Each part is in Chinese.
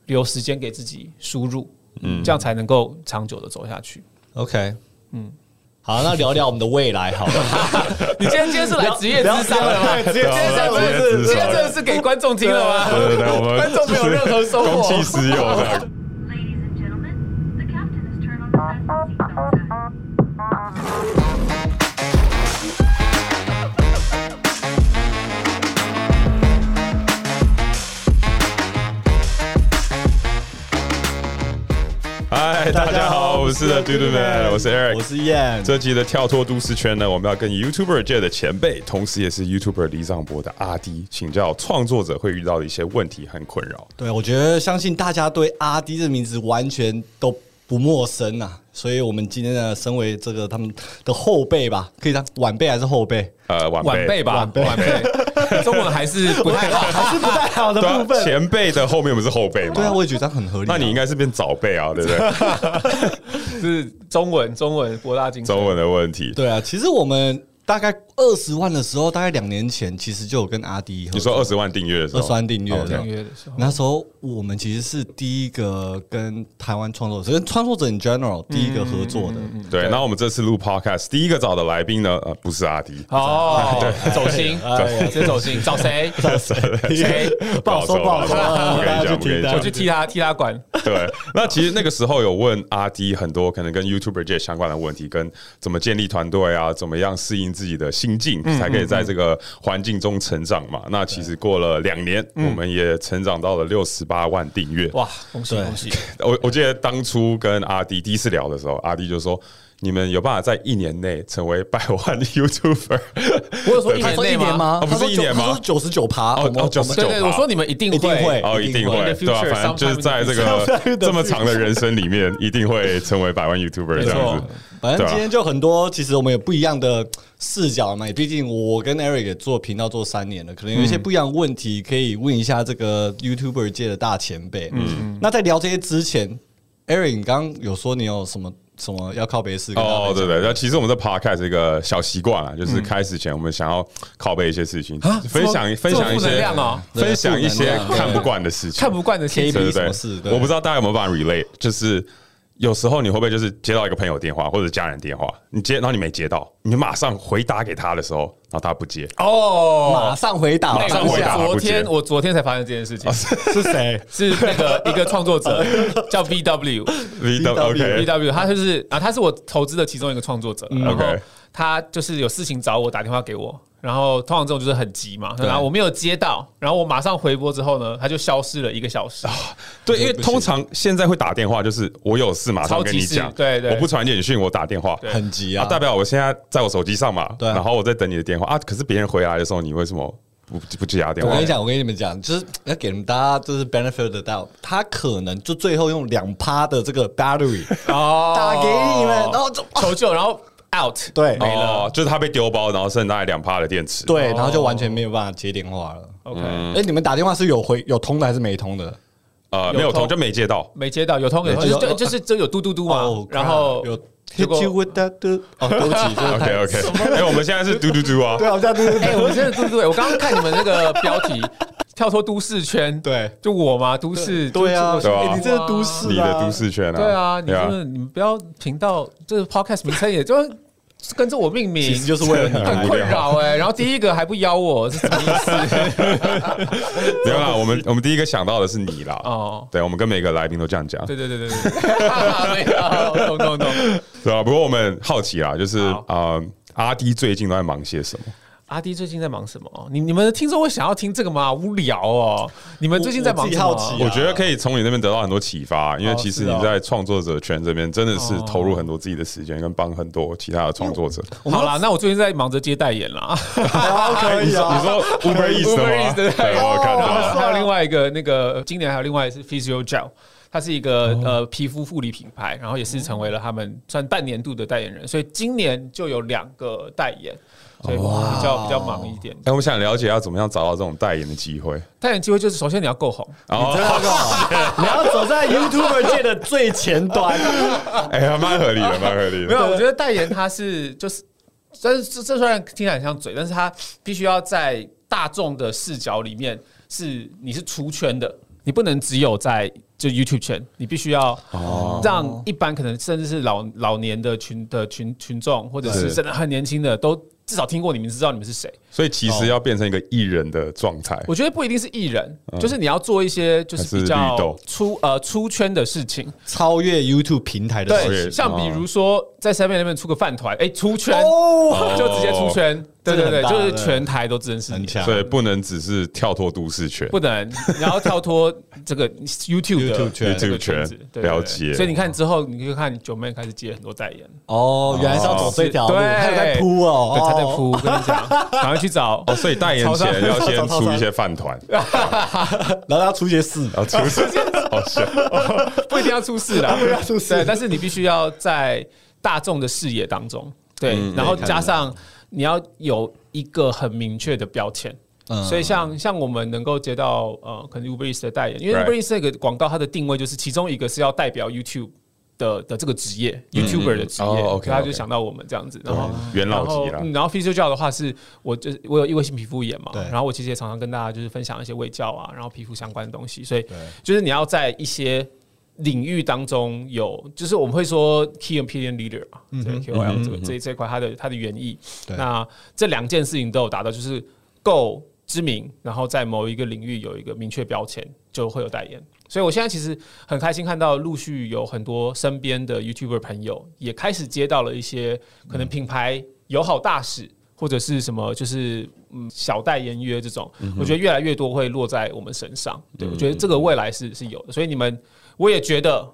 留时间给自己输入，这样才能够长久的走下去。 OK， 好，那聊聊我们的未来好了。 你今天是来职业咨商了吗？今天真的是给观众听了吗？ 对，我们观众没有任何收获， 公器私用的。嗨，大家好，我是 Dudu Man， 我是 Eric， 我是 Yan。 这集的跳脱都市圈呢，我们要跟 YouTuber 界的前辈，同时也是 YouTuber 李长博的阿滴，请教创作者会遇到的一些问题和困扰。 对，我觉得相信大家对阿滴这名字完全都不陌生啊，所以我们今天呢，身为这个他们的后辈吧，可以当晚辈还是后辈？ 晚辈吧，晚辈。中文还是不太好， 还是不太好的部分。 前辈的后面不是后辈吗？ 对啊，我也觉得这样很合理。 那你应该是变早辈啊，对不对？ 是中文博大精深。 中文的问题。 对啊，其实我们大概20万的时候，大概2年前，其实就有跟阿滴。 你说20万订阅的时候 ，20万订阅的时候， 那时候我们其实是第一个跟台湾创作者、跟创作者 in general 第一个合作的。 对，然后我们这次录 podcast 第一个找的来宾呢，不是阿滴。 哦，对，走心，直接走心，找谁？谁？ 不好说，不好说。 我跟你讲， 我去替他管。 对，那其实那个时候有问阿滴很多可能跟 YouTuber 界相关的问题，跟怎么建立团队啊，怎么样适应自己的心境，才可以在这个环境中成长嘛。那其实过了2年，我们也成长到了68万订阅。 哇，恭喜恭喜！ 我记得当初跟阿滴第一次聊的时候，阿滴就说：“你们有办法在1年内成为100万 YouTuber？” 我有说1年吗？ 不是1年吗？ 他说99%。 对，我说你们一定会， 一定会，对吧？反正就是在这个这么长的人生里面，一定会成为100万 YouTuber 这样子。 反正今天就很多，其实我们有不一样的视角嘛。毕竟我跟 Eric 也做频道做3年了，可能有一些不一样的问题可以问一下这个 YouTuber 界的大前辈。那在聊这些之前 ，Eric， 你刚刚有说你有什么要靠北事？ 哦，对，那其实我们的 podcast 一个小习惯啊，就是开始前我们想要靠北一些事情，分享一些看不惯的事情， 看不惯的事情， 对什么事？ 我不知道大家有没有办法 relate， 就是有时候你会不会就是接到一个朋友电话或者家人电话，你接，然后你没接到，你马上回打给他的时候，然后他不接， 马上回答。 我昨天才发现这件事情， 是谁？ 是那个一个创作者叫 VW， 他是我投资的其中一个创作者，然后他就是有事情找我打电话给我。然后通常这种就是很急嘛，然后我没有接到，然后我马上回拨之后呢，他就消失了1个小时。 对，因为通常现在会打电话，就是我有事马上跟你讲， 对， 我不传简讯，我打电话， 很急啊， 代表我现在在我手机上嘛，然后我在等你的电话啊。可是别人回来的时候，你为什么不接他电话？ 我跟你们讲，就是要给大家就是 benefit 得到，他可能就最后用2%的这个 battery 打给你们，然后就求救，然后。out 对， 没了，就是他被丢包，然后剩大概2%的电池， 对，然后就完全没有办法接电话了。 OK， 你们打电话是有通的还是没通的？ 没有通，就没接到， 有通，就是有嘟嘟嘟嘛，然后有 hit you with that 对不起 ，OK， 我们现在是嘟嘟嘟啊， 对，我现在嘟嘟嘟， 我们现在嘟嘟，我刚刚看你们那个标题。跳脱都市圈， 对， 就我嘛，都市， 对啊，你这是都市， 你的都市圈啊， 对啊，你们不要频道，这个 podcast 名称也就跟着我命名， 其实就是为了你很困扰然后第一个还不邀我，是什么意思？ 没有啦，我们第一个想到的是你啦。哦，对，我们跟每个来宾都这样讲。 对，没有，懂， 对啊。不过我们好奇啦，就是阿滴最近都在忙些什么？ 阿滴最近在忙什么？你们的听众会想要听这个吗？无聊哦！你们最近在忙什么？ 我觉得可以从你那边得到很多启发，因为其实你在创作者圈这边真的是投入很多自己的时间，跟帮很多其他的创作者。 好啦，那我最近在忙着接代言啦。 可以啊， 你说 Uber Eats 吗？ 对， 我看到。 还有另外一个那个，今年还有另外是 Physiogel。它是一个皮肤护理品牌，然后也是成为了他们算半年度的代言人，所以今年就有2个代言，所以比较忙一点。 我们想了解要怎么样找到这种代言的机会。 代言机会就是首先你要够红， 你真的要够红，你要走在 YouTuber 界的最前端。 蛮合理的，蛮合理的。 没有，我觉得代言它是就是，这虽然听起来很像嘴，但是它必须要在大众的视角里面你是出圈的。 你不能只有在就 YouTube 圈，你必须要让一般可能甚至是老年的群众，或者是真的很年轻的都至少听过你们，知道你们是谁。 所以其实要变成一个艺人的状态， 我觉得不一定是艺人，就是你要做一些就是比较出圈的事情， 超越 YouTube 平台的事情。 像比如说在7-Eleven 那边出个饭团，出圈就直接出圈。对，就是全台都认识你， 所以不能只是跳脱都市圈， 不能，你要跳脱这个 YouTube 的这个圈子， 了解。 所以你看之后，你就看九妹开始接很多代言， 原来是要走这条路，还有在铺对，他在铺，跟你讲，赶快去找。 所以代言前要先出一些饭团， 然后要出一些事， 好笑， 不一定要出事啦，对，但是你必须要在大众的视野当中，对，然后加上。你要有一个很明确的标签，所以像我们能够接到可能 Uber Eats 的代言，因为 Uber Eats 那个广告它的定位就是其中一个是要代表 YouTube 的这个职业，YouTuber 的职业，所以他就想到我们这样子，然后元老级啦。 然后 PhysioGel 的话是我有异位性皮肤炎嘛，然后我其实也常常跟大家就是分享一些卫教啊，然后皮肤相关的东西，所以就是你要在一些领域当中有，就是我们会说 key opinion leader 啊，对 KOL 这一块它的原意。那这2件事情都有达到，就是够知名，然后在某一个领域有一个明确标签，就会有代言。所以我现在其实很开心看到陆续有很多身边的 YouTuber 朋友也开始接到了一些可能品牌友好大使。或者是什么，就是小代言约这种，我觉得越来越多会落在我们身上。对，我觉得这个未来是有的，所以我也觉得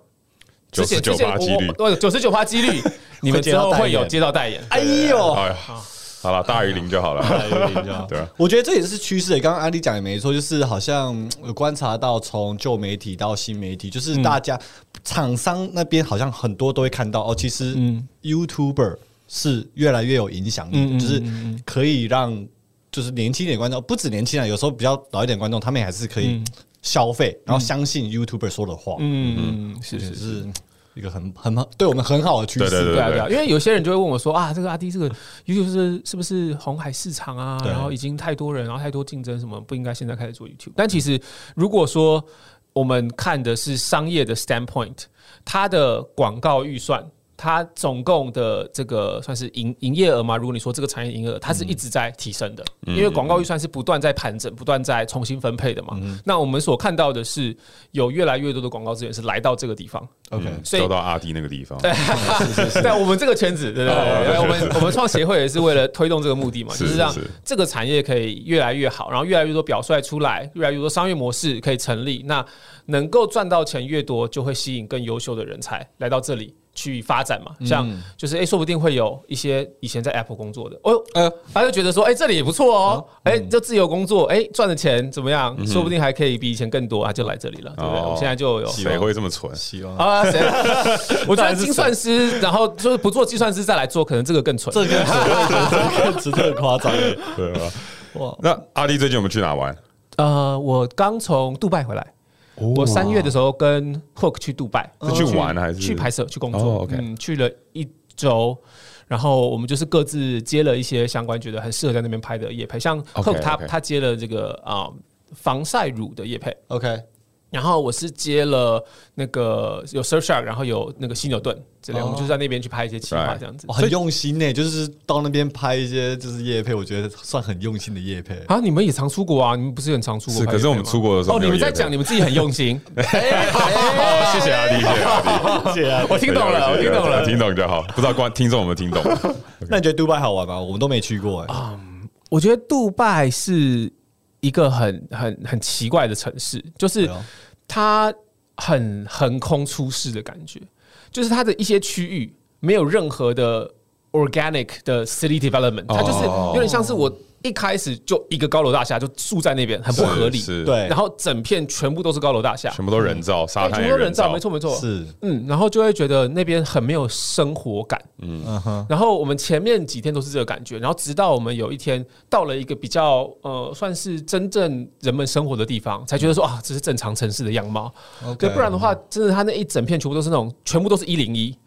99%几率 ，99%几率，你们之后会有接到代言。 哎呦， 好了，大于0就好了，大于0就好。对， 我觉得这也是趋势。刚刚安迪讲也没错，就是好像有观察到，从旧媒体到新媒体，就是大家厂商那边好像很多都会看到其实YouTuber。是越来越有影响力的，就是可以让就是年轻一点观众，不止年轻人，有时候比较老一点观众，他们也还是可以消费，然后相信 YouTuber 说的话。是一个很对我们很好的趋势。 对啊，因为有些人就会问我说这个阿弟这个 YouTube 是不是红海市场啊？然后已经太多人，然后太多竞争，什么不应该现在开始做 YouTube？ 但其实如果说我们看的是商业的 standpoint， 它的广告预算。它总共的这个算是营业额嘛？如果你说这个产业营业额，它是一直在提升的，因为广告预算是不断在盘整、不断在重新分配的嘛。那我们所看到的是，有越来越多的广告资源是来到这个地方。 OK， 所以走到阿弟那个地方。 对，在我们这个圈子，对，我们创协会也是为了推动这个目的嘛，就是让这个产业可以越来越好，然后越来越多表率出来，越来越多商业模式可以成立。那能够赚到钱越多，就会吸引更优秀的人才来到这里。去发展嘛，像就是说不定会有一些以前在 Apple 工作的，他就觉得说，这里也不错哦，就自由工作，赚的钱怎么样？说不定还可以比以前更多，他就来这里了，对不对？我们现在就有谁会这么蠢？ 希望谁？我觉得精算师，然后就是不做计算师再来做，可能这个更蠢， 这个更很夸张， 对吧？哇！那阿弟最近有没有去哪玩？ 我刚从杜拜回来。我3月的时候跟 Hook 去杜拜， 是去玩还是去拍摄、去工作？去了1周，然后我们就是各自接了一些相关觉得很适合在那边拍的业配，像 Hook 他接了这个防晒乳的业配 ，OK。 然后我是接了那个有 Surfshark， 然后有那个犀牛盾之类，我们就在那边去拍一些企划这样子， 很用心呢。就是到那边拍一些就是业配，我觉得算很用心的业配啊。你们也常出国啊？你们不是很常出国？ 是，可是我们出国的时候， 你们在讲你们自己很用心。 谢谢阿弟，谢谢阿弟， 我听懂了， 听懂就好。不知道听众有没有听懂？ 那你觉得杜拜好玩吗？我们都没去过我觉得杜拜是一个很奇怪的城市，就是它很横空出世的感觉，就是它的一些区域没有任何的 organic 的 city development， 它就是有点像是我一开始就一个高楼大厦就住在那边，很不合理。 对， 然后整片全部都是高楼大厦， 全部都人造，沙滩全部都人造，没错， 是， 然后就会觉得那边很没有生活感。然后我们前面几天都是这个感觉，然后直到我们有一天到了一个比较算是真正人们生活的地方，才觉得说这是正常城市的样貌。对，不然的话，真的它那一整片全部都是那种，全部都是101。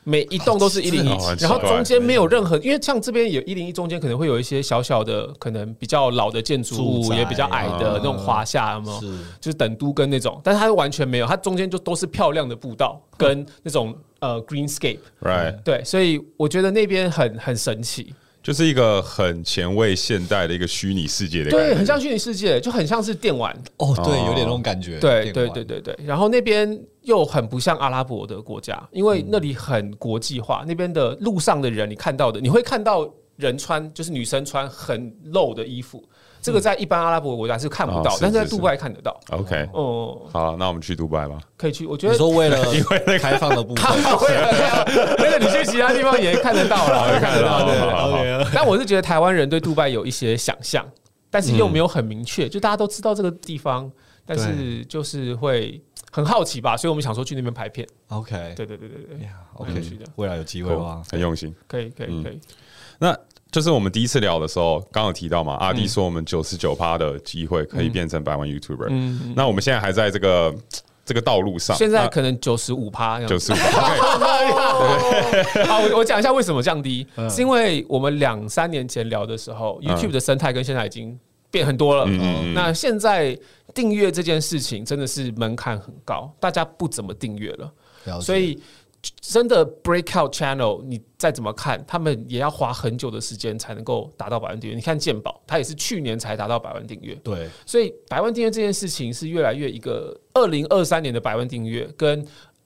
每一栋都是101，然后中间没有任何，因为像这边有101中间可能会有一些小小的，可能比较老的建筑物，也比较矮的那种华夏，有没有？就是等都跟那种，但是它完全没有，它中间就都是漂亮的步道跟那种greenscape， 对，所以我觉得那边很神奇。 就是一个很前卫现代的一个虚拟世界的感觉， 对，很像虚拟世界，就很像是电玩对，有点那种感觉。 对。然后那边又很不像阿拉伯的国家，因为那里很国际化，那边的路上的人，你看到的，你会看到人穿，就是女生穿很露的衣服。这个在一般阿拉伯国家是看不到，但是在杜拜看得到。 OK， 好，那我们去杜拜吧。 可以去，我觉得你说为了开放的部分， 那个你去其他地方也看得到了， 看得到。 但我是觉得台湾人对杜拜有一些想象，但是又没有很明确，就大家都知道这个地方，但是就是会很好奇吧，所以我们想说去那边拍片。 OK， 对 ，OK，未来有机会的话， 很用心， 可以。 那就是我们第一次聊的时候，刚有提到嘛，阿弟说我们99%的机会可以变成100万 YouTuber。那我们现在还在这个道路上， 现在可能95%。 95%。 好，我讲一下为什么降低，是因为我们2-3年前聊的时候，YouTube 的生态跟现在已经变很多了。那现在订阅这件事情真的是门槛很高，大家不怎么订阅了，所以。真的 breakout channel， 你再怎么看，他们也要花很久的时间才能够达到100万订阅。你看健保，它也是去年才达到100万订阅。 对， 所以100万订阅这件事情是越来越一个2023年的100万订阅跟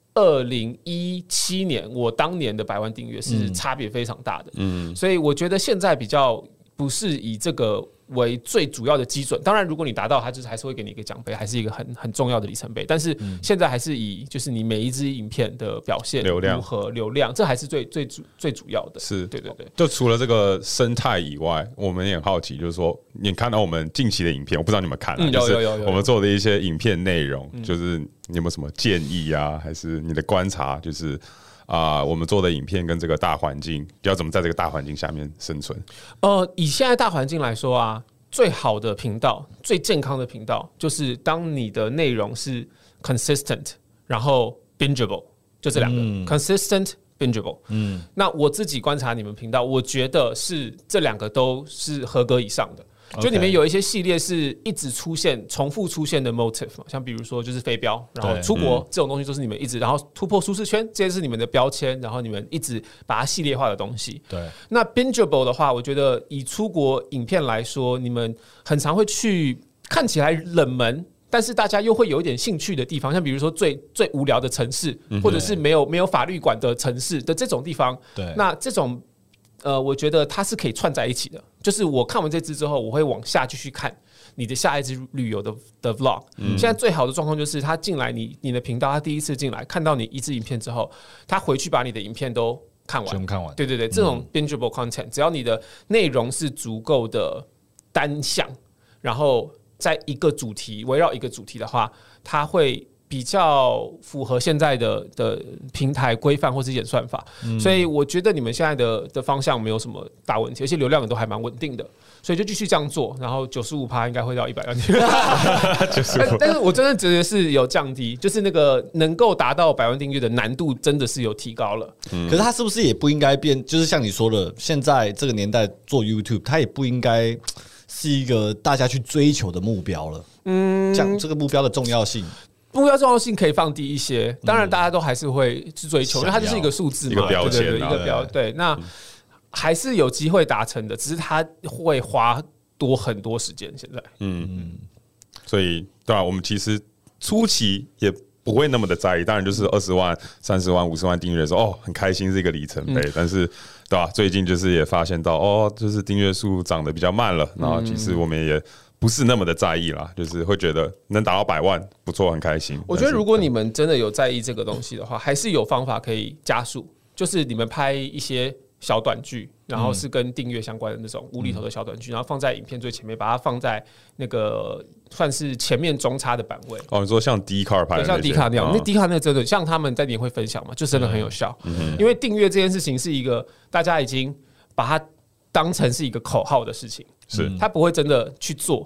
2017年我当年的100万订阅是差别非常大的。所以我觉得现在比较不是以这个为最主要的基准，当然，如果你达到，它就是还是会给你一个奖杯，还是一个很重要的里程碑。但是现在还是以就是你每一支影片的表现如何流量，这还是最主要的。 是， 对。 就除了这个生态以外，我们也很好奇，就是说你看到我们近期的影片，我不知道你们看了，就是我们做的一些影片内容，就是你有没有什么建议啊，还是你的观察，就是。我们做的影片跟这个大环境，要怎么在这个大环境下面生存？ 以现在大环境来说啊，最好的频道、最健康的频道，就是当你的内容是 consistent， 然后 bingeable， 就这两个、consistent bingeable。那我自己观察你们频道，我觉得是这两个都是合格以上的。就里面有一些系列是一直出现、重复出现的 motive 嘛，像比如说就是飞镖，然后出国这种东西都是你们一直，然后突破舒适圈，这些是你们的标签，然后你们一直把它系列化的东西。 对， 那 bingeable 的话，我觉得以出国影片来说，你们很常会去看起来冷门，但是大家又会有一点兴趣的地方，像比如说最无聊的城市，或者是没有法律管的城市的这种地方。 对， 那这种。我觉得它是可以串在一起的，就是我看完这支之后，我会往下继续看你的下一支旅游的 vlog。现在最好的状况就是他进来你的频道，他第一次进来看到你一支影片之后，他回去把你的影片都看完，对，这种 bingeable content， 只要你的内容是足够的单向，然后在一个主题围绕一个主题的话，它会。比较符合现在的平台规范或是演算法，所以我觉得你们现在的方向没有什么大问题，而且流量也都还蛮稳定的，所以就继续这样做，然后95%应该会到100万。但是我真的觉得是有降低，就是那个能够达到100万订阅的难度真的是有提高了。 可是它是不是也不应该变？就是像你说的，现在这个年代做 YouTube， 它也不应该是一个大家去追求的目标了。讲这个目标的重要性。 目标重要性可以放低一些，当然大家都还是会去追求，因为它就是一个数字嘛， 一个标签， 一个标对，那还是有机会达成的，只是它会花很多时间。现在， 所以对啊，我们其实初期也不会那么的在意，当然就是20万、30万、50万订阅的时候，很开心是一个里程碑，但是对吧？最近就是也发现到，就是订阅数涨得比较慢了，然后其实我们也。不是那么的在意啦，就是会觉得能达到100万不错，很开心。 我觉得如果你们真的有在意这个东西的话，还是有方法可以加速，就是你们拍一些小短剧，然后是跟订阅相关的那种无厘头的小短剧，然后放在影片最前面，把它放在那个算是前面中插的版位。 你说像 Dcard 拍的， 像 Dcard 那样，那 Dcard 那真的像他们在里面会分享嘛，就真的很有效。因为订阅这件事情是一个大家已经把它当成是一个口号的事情。 是， 他不会真的去做，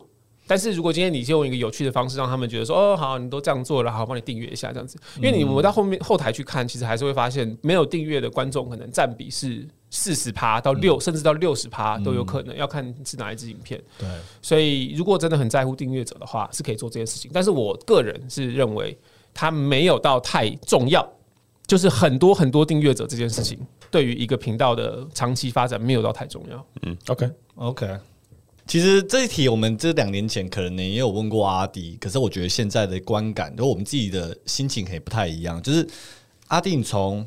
但是如果今天你就用一个有趣的方式让他们觉得说哦好，你都这样做了，好，帮你订阅一下这样子，因为我到后台去看，其实还是会发现没有订阅的观众可能占比是40%到6%，甚至到60%都有可能，要看是哪一支影片。 对， 所以如果真的很在乎订阅者的话，是可以做这件事情。但是我个人是认为它没有到太重要，就是很多订阅者这件事情，对于一个频道的长期发展没有到太重要。 OK。其实这一题我们这2年前可能也有问过阿弟，可是我觉得现在的观感，就我们自己的心情也不太一样。就是阿弟，你从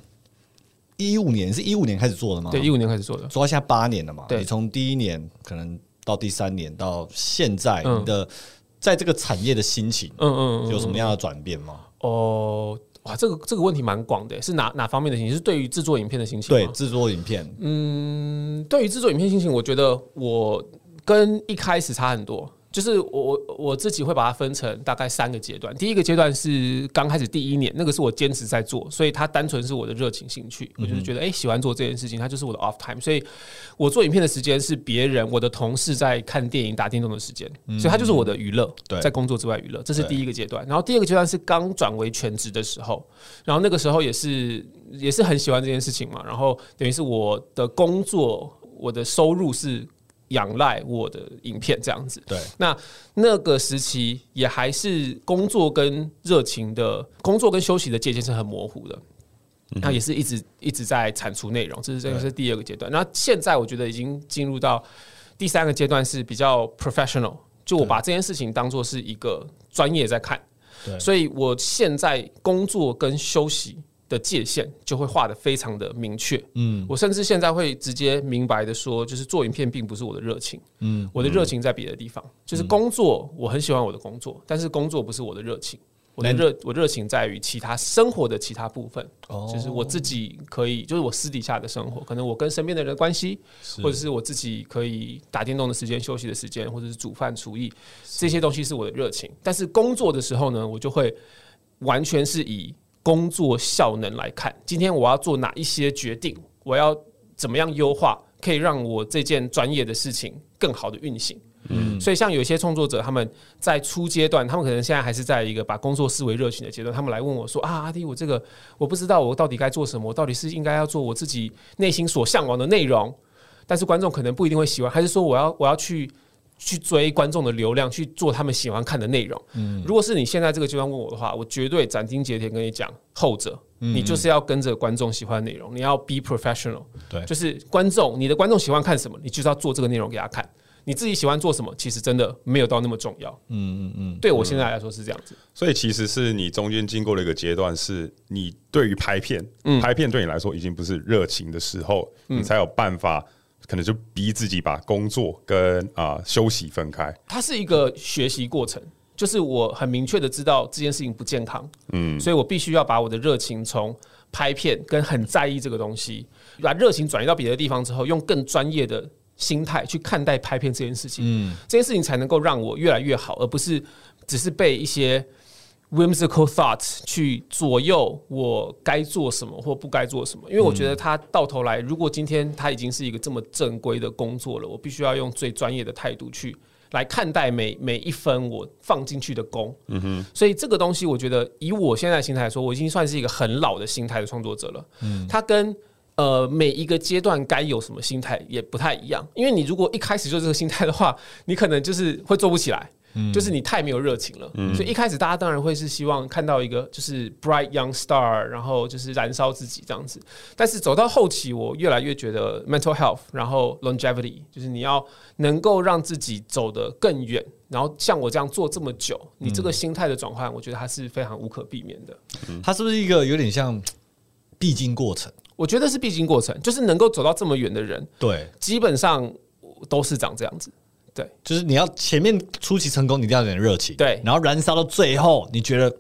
15年开始做的吗？ 对，15年开始做的， 做到现在8年了嘛。 对， 你从第1年可能到第3年到现在，你的在这个产业的心情，有什么样的转变吗？ 哇，这个问题蛮广的，是哪方面的心情？是对于制作影片的心情吗？ 对，制作影片。 对于制作影片心情，我觉得我跟一开始差很多。就是我自己会把它分成大概3个阶段。第一个阶段是刚开始第1年，那个是我坚持在做，所以它单纯是我的热情兴趣。我就是觉得喜欢做这件事情，它就是我的 off time。所以我做影片的时间是别人我的同事在看电影打电动的时间，所以它就是我的娱乐，在工作之外娱乐。这是第一个阶段。然后第2个阶段是刚转为全职的时候，然后那个时候也是很喜欢这件事情嘛。然后等于是我的工作，我的收入是仰赖我的影片这样子。 对， 那个时期也还是工作跟休息的界限是很模糊的。那也是一直在产出内容，这是第2个阶段。那现在我觉得已经进入到第3个阶段，是比较 professional， 就我把这件事情当作是一个专业在看。所以我现在工作跟休息的界限就会画得非常的明确。我甚至现在会直接明白的说，就是做影片并不是我的热情。我的热情在别的地方，就是工作，我很喜欢我的工作，但是工作不是我的热情。我热情在于其他生活的其他部分，就是我自己可以，就是我私底下的生活，可能我跟身边的人的关系，或者是我自己可以打电动的时间、休息的时间，或者是煮饭、厨艺，这些东西是我的热情。但是工作的时候呢，我就会完全是以工作效能来看，今天我要做哪一些决定，我要怎么样优化，可以让我这件专业的事情更好的运行。所以像有一些创作者，他们在初阶段，他们可能现在还是在一个把工作视为热情的阶段，他们来问我说阿弟，我这个我不知道我到底该做什么，我到底是应该要做我自己内心所向往的内容，但是观众可能不一定会喜欢，还是说我要去追观众的流量，去做他们喜欢看的内容。如果是你现在这个阶段问我的话，我绝对斩钉截铁跟你讲，后者，你就是要跟着观众喜欢的内容，你要 be professional。对，就是你的观众喜欢看什么，你就是要做这个内容给他看。你自己喜欢做什么，其实真的没有到那么重要。对我现在来说是这样子。 所以其实是你中间经过了一个阶段，是你对于拍片对你来说已经不是热情的时候，你才有办法。可能就逼自己把工作跟休息分开， 它是一个学习过程，就是我很明确的知道这件事情不健康，所以我必须要把我的热情从拍片跟很在意这个东西，把热情转移到别的地方之后，用更专业的心态去看待拍片这件事情，这件事情才能够让我越来越好，而不是只是被一些whimsical thoughts 去左右我该做什么或不该做什么，因为我觉得他到头来，如果今天他已经是一个这么正规的工作了，我必须要用最专业的态度去来看待每一分我放进去的功。所以这个东西，我觉得以我现在的心态来说，我已经算是一个很老的心态的创作者了。他跟每一个阶段该有什么心态也不太一样，因为你如果一开始就这个心态的话，你可能就是会做不起来。就是你太没有热情了，所以一开始大家当然会是希望看到一个就是 bright young star， 然后就是燃烧自己这样子。但是走到后期，我越来越觉得 mental health， 然后 longevity， 就是你要能够让自己走得更远，然后像我这样做这么久，你这个心态的转换，我觉得它是非常无可避免的。 它是不是一个有点像必经过程？ 我觉得是必经过程，就是能够走到这么远的人， 对， 基本上都是长这样子。对， 就是你要前面初期成功，你一定要有点热情， 对， 然后燃烧到最后，你觉得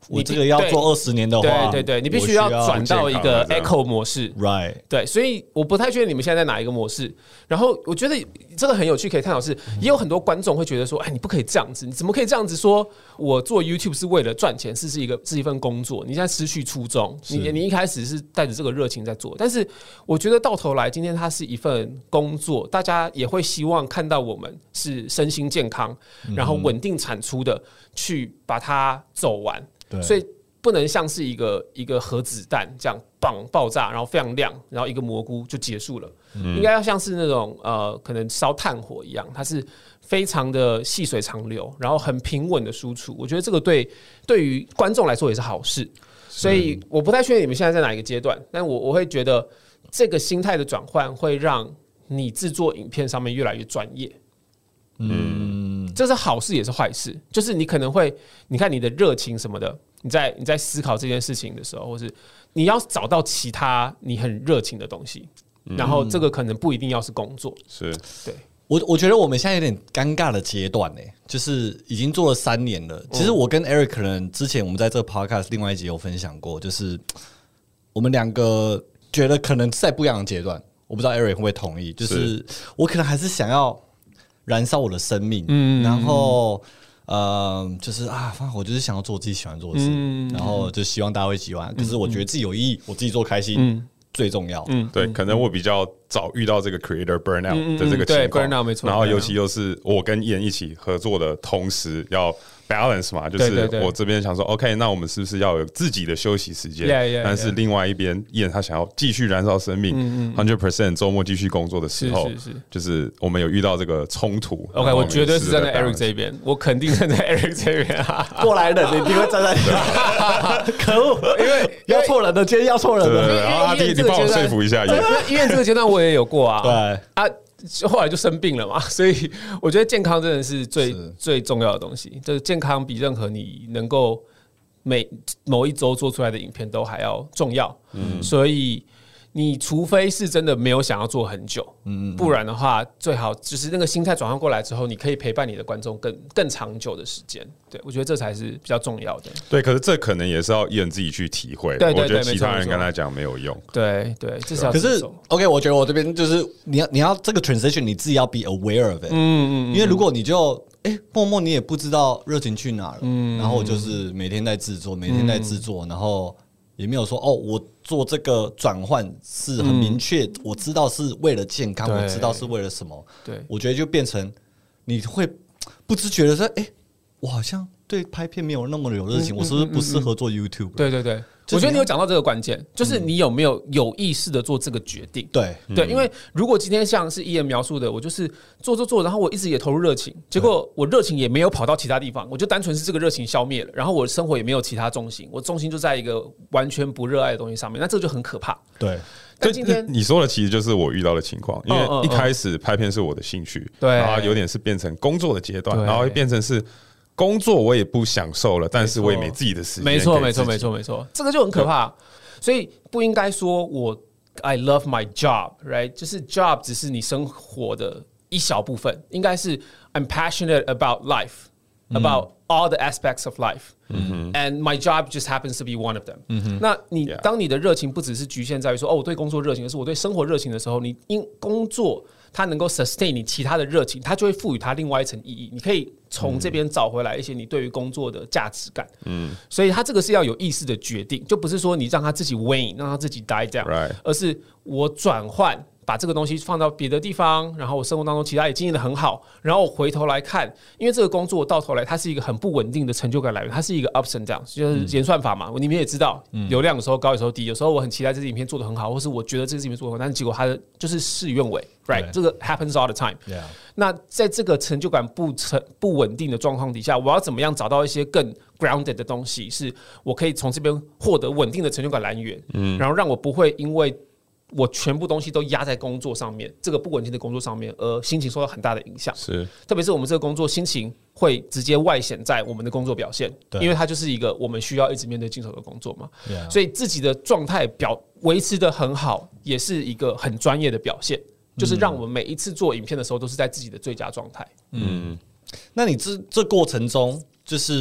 我这个要做20年的话， 对，你必须要转到一个 Echo 模式 ，right？ 对，所以我不太确定你们现在在哪一个模式。然后我觉得这个很有趣，可以探讨是，也有很多观众会觉得说，哎，你不可以这样子，你怎么可以这样子说？我做 YouTube 是为了赚钱，是一份工作，你现在失去初衷，你一开始是带着这个热情在做，但是我觉得到头来，今天它是一份工作，大家也会希望看到我们是身心健康，然后稳定产出的去把它走完。所以不能像是一个核子弹这样棒爆炸，然后非常亮，然后一个蘑菇就结束了。应该要像是那种可能烧炭火一样，它是非常的细水长流，然后很平稳的输出。我觉得这个对于观众来说也是好事。所以我不太确定你们现在在哪一个阶段，但我会觉得这个心态的转换会让你制作影片上面越来越专业。这是好事也是坏事，就是你可能会，你看你的热情什么的，你在思考这件事情的时候，或是你要找到其他你很热情的东西，然后这个可能不一定要是工作， 是对。 我觉得我们现在有点尴尬的阶段呢，就是已经做了3年了。其实我跟 Eric 可能之前我们在这个 podcast 另外一集有分享过，就是我们2个觉得可能在不一样的阶段，我不知道 Eric 会不会同意，就是我可能还是想要燃烧我的生命，然后就是我就是想要做自己喜欢做的事，然后就希望大家会喜欢。可是我觉得自己有意义，我自己做开心最重要。 对，可能我比较早遇到这个 creator burnout 的这个情况， burnout 没错。 然后尤其又是我跟Ian一起合作的同时要 balance 嘛，就是我这边想说 OK， 那我们是不是要有自己的休息时间？但是另外一边Ian他想要继续燃烧生命，100% 周末继续工作的时候，就是我们有遇到这个冲突。 OK， 我绝对是站在 Eric 这边，我肯定站在 Eric 这边。 过来人，你一定会站在可恶，因为要错人的，今天要错人的。 然后阿弟，你帮我说服一下因为这个阶段我也有过啊。 对啊。后来就生病了嘛，所以我觉得健康真的是最重要的东西。就是健康比任何你能够某一周做出来的影片都还要重要。所以你除非是真的没有想要做很久，不然的话，最好就是那个心态转换过来之后，你可以陪伴你的观众更长久的时间。对，我觉得这才是比较重要的。 对，可是这可能也是要Ian自己去体会。 对， 我觉得其他人跟他讲没有用。 对，这是要。 可是 OK， 我觉得我这边就是你要这个 transition， 你自己要 be aware of it。因为如果你就默默你也不知道热情去哪了，然后就是每天在制作，然后也没有说我做这个转换是很明确，我知道是为了健康，我知道是为了什么。对，我觉得就变成你会不自觉的说，我好像对拍片没有那么有热情，我是不是不适合做 YouTube？ 对，我觉得你有讲到这个关键，就是你有没有意识的做这个决定？对，因为如果今天像是Ian描述的，我就是做，然后我一直也投入热情，结果我热情也没有跑到其他地方，我就单纯是这个热情消灭了，然后我的生活也没有其他重心，我重心就在一个完全不热爱的东西上面，那这就很可怕。对。但今天你说的其实就是我遇到的情况，因为一开始拍片是我的兴趣，然后有点是变成工作的阶段，然后会变成是工作我也不享受了，但是我也没自己的时间。 没错，这个就很可怕。所以不应该说I love my job， right？ 就是 job 只是你生活的一小部分，应该是 I'm passionate about life，about all the aspects of life，and my job just happens to be one of them。那当你的热情不只是局限在于说我对工作热情，而是我对生活热情的时候，你因工作它能够 sustain 你其他的热情，它就会赋予它另外一层意义。你可以从这边找回来一些你对于工作的价值感。所以它这个是要有意识的决定，就不是说你让它自己 wane， 让它自己 die down，而是我转换。把这个东西放到别的地方，然后我生活当中其他也经营得很好，然后我回头来看，因为这个工作到头来它是一个很不稳定的成就感来源，它是一个 ups and downs， 就是演算法嘛，你们也知道，流量有时候高有时候低，有时候我很期待这支影片做得很好，或是我觉得这支影片做得很好，但是结果它就是事与愿违 ，right？ 这个 happens all the time。那在这个成就感不稳定的状况底下，我要怎么样找到一些更 grounded 的东西，是我可以从这边获得稳定的成就感来源，然后让我不会因为我全部东西都压在工作上面，这个不稳定的工作上面，而心情受到很大的影响。是，特别是我们这个工作，心情会直接外显在我们的工作表现，因为它就是一个我们需要一直面对镜头的工作嘛。所以自己的状态维持得很好，也是一个很专业的表现，就是让我们每一次做影片的时候，都是在自己的最佳状态。 那你这过程中，就是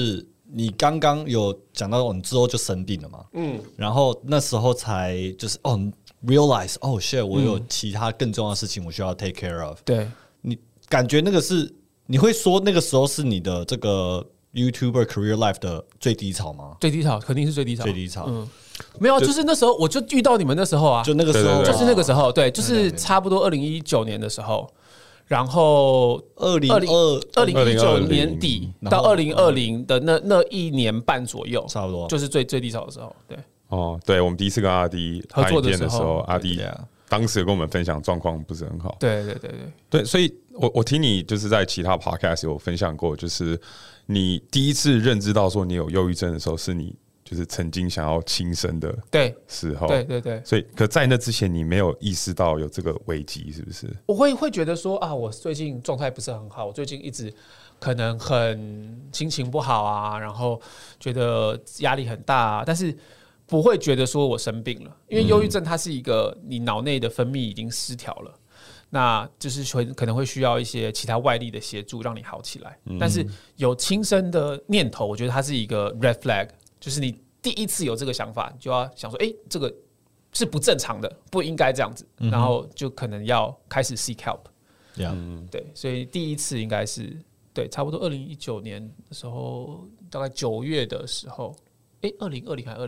你刚刚有讲到你之后就生病了嘛，然后那时候才就是realize shit 我有其他更重要的事情我需要 take care of。 对， 你感觉那个是你会说那个时候是你的这个 YouTuber career life 的最低潮吗？ 最低潮肯定是最低潮， 最低潮。 没有，就是那时候我就遇到你们那时候啊， 就那个时候， 就是那个时候，对，就是差不多2019年的时候。然后2019年底到2020的那1年半左右， 差不多就是最低潮的时候。对， 对，我们第一次跟阿迪合作的时候，阿迪当时跟我们分享状况不是很好。 对， 所以我听你就是在其他 podcast 有分享过，就是你第一次认知到说你有忧郁症的时候，是你就是曾经想要轻生的时候， 对， 所以可在那之前你没有意识到有这个危机，是不是？ 我会觉得说啊，我最近状态不是很好，我最近一直可能很心情不好啊，然后觉得压力很大啊，但是不会觉得说我生病了，因为忧郁症它是一个你脑内的分泌已经失调了。那就是可能会需要一些其他外力的协助让你好起来，但是有轻生的念头，我觉得它是一个 red flag。就是你第一次有这个想法，就要想说，这个是不正常的，不应该这样子，然后就可能要开始 seek help。对，所以第一次应该是对，差不多2019年的时候，大概9月的时候，2020还是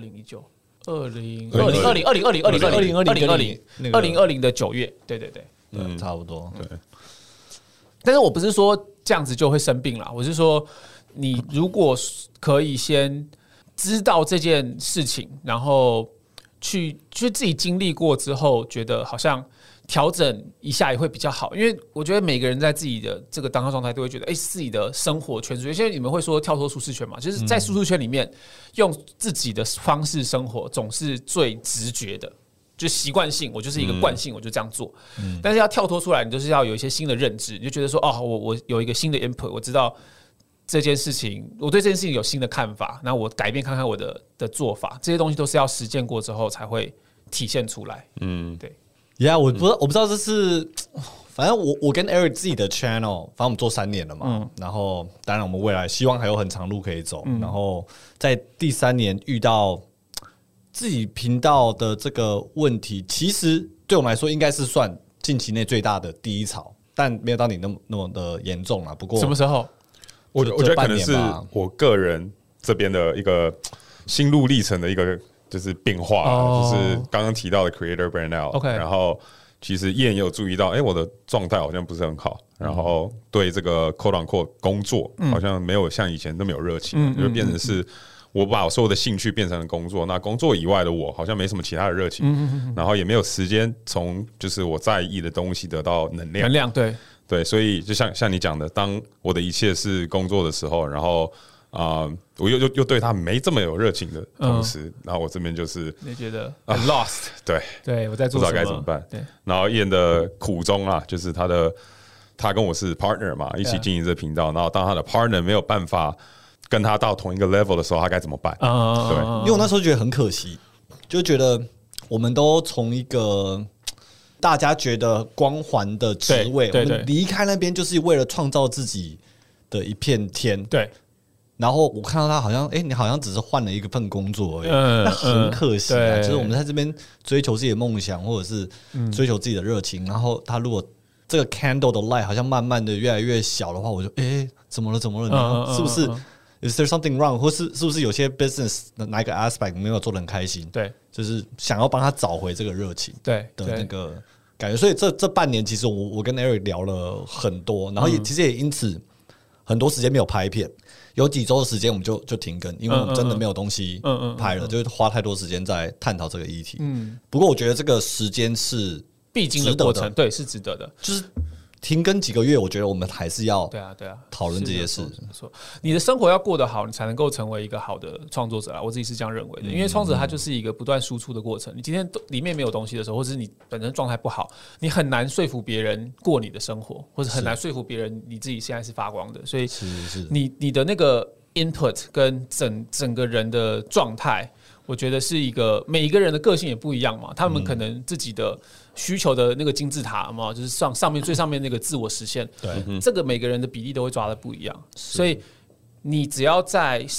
2019？2020的9月，对， 差不多。对， 但是我不是说这样子就会生病啦，我是说，你如果可以先知道这件事情，然后去自己经历过之后，觉得好像调整一下也会比较好。因为我觉得每个人在自己的这个当下状态都会觉得，自己的生活圈，有些你们会说跳脱舒适圈嘛，就是在舒适圈里面用自己的方式生活，总是最直觉的。就习惯性，我就是一个惯性，我就这样做。但是要跳脱出来，你就是要有一些新的认知，你就觉得说，我有一个新的 input， 我知道这件事情，我对这件事情有新的看法，那我改变看看我的做法，这些东西都是要实践过之后才会体现出来。对。 我不知道这是，反正我跟 Eric 自己的 channel， 反正我们做3年了嘛。然后当然我们未来希望还有很长路可以走。然后在第3年遇到自己频道的这个问题，其实对我们来说应该是算近期内最大的低潮，但没有到你那么的严重啦。不过什么时候？ 我觉得可能是我个人这边的一个心路历程的一个就是变化，就是刚刚提到的 creator burnout。然后其实燕也有注意到，我的状态好像不是很好，然后对这个 quote unquote 工作好像没有像以前那么有热情，就变成是我把我所有的兴趣变成了工作，那工作以外的我好像没什么其他的热情，然后也没有时间从就是我在意的东西得到能量。对，所以就像你讲的，当我的一切是工作的时候，然后我又对他没这么有热情的同时，然后我这边就是你觉得很 lost， 对，我在做不知道该怎么办。对，然后燕的苦衷啊，就是他跟我是 partner 嘛，一起经营这个频道，然后当他的 partner 没有办法跟他到同一个 level 的时候，他该怎么办？对， 因为我那时候觉得很可惜，就觉得我们都从一个大家觉得光环的职位，我们离开那边就是为了创造自己的一片天。 对。 然后我看到他好像，你好像只是换了一份工作而已，那很可惜啊。就是我们在这边追求自己的梦想，或者是追求自己的热情，然后他如果这个 candle 的 light 好像慢慢的越来越小的话，我就怎么了？是不是 is there something wrong？ 或是不是有些 business 的哪一个 aspect 没有做得很开心？ 对， 就是想要帮他找回这个热情的那个感觉。所以这半年其实我跟 Eric 聊了很多，然后其实也因此很多时间没有拍片。有几周的时间我们就停更，因为我们真的没有东西拍了，就是花太多时间在探讨这个议题。不过我觉得这个时间是必经的过程，对，是值得的。 就是停更几个月，我觉得我们还是要讨论这些事。 没错，你的生活要过得好，你才能够成为一个好的创作者啦。我自己是这样认为的，因为创作者它就是一个不断输出的过程。你今天里面没有东西的时候，或者是你本身状态不好，你很难说服别人过你的生活，或者很难说服别人你自己现在是发光的。所以你的那个 input 跟整个人的状态，我觉得是一个每一个人的个性也不一样嘛，他们可能自己的需求的那个金字塔嘛，就是上面最上面那个自我实现，对，这个每个人的比例都会抓的不一样，所以你只要在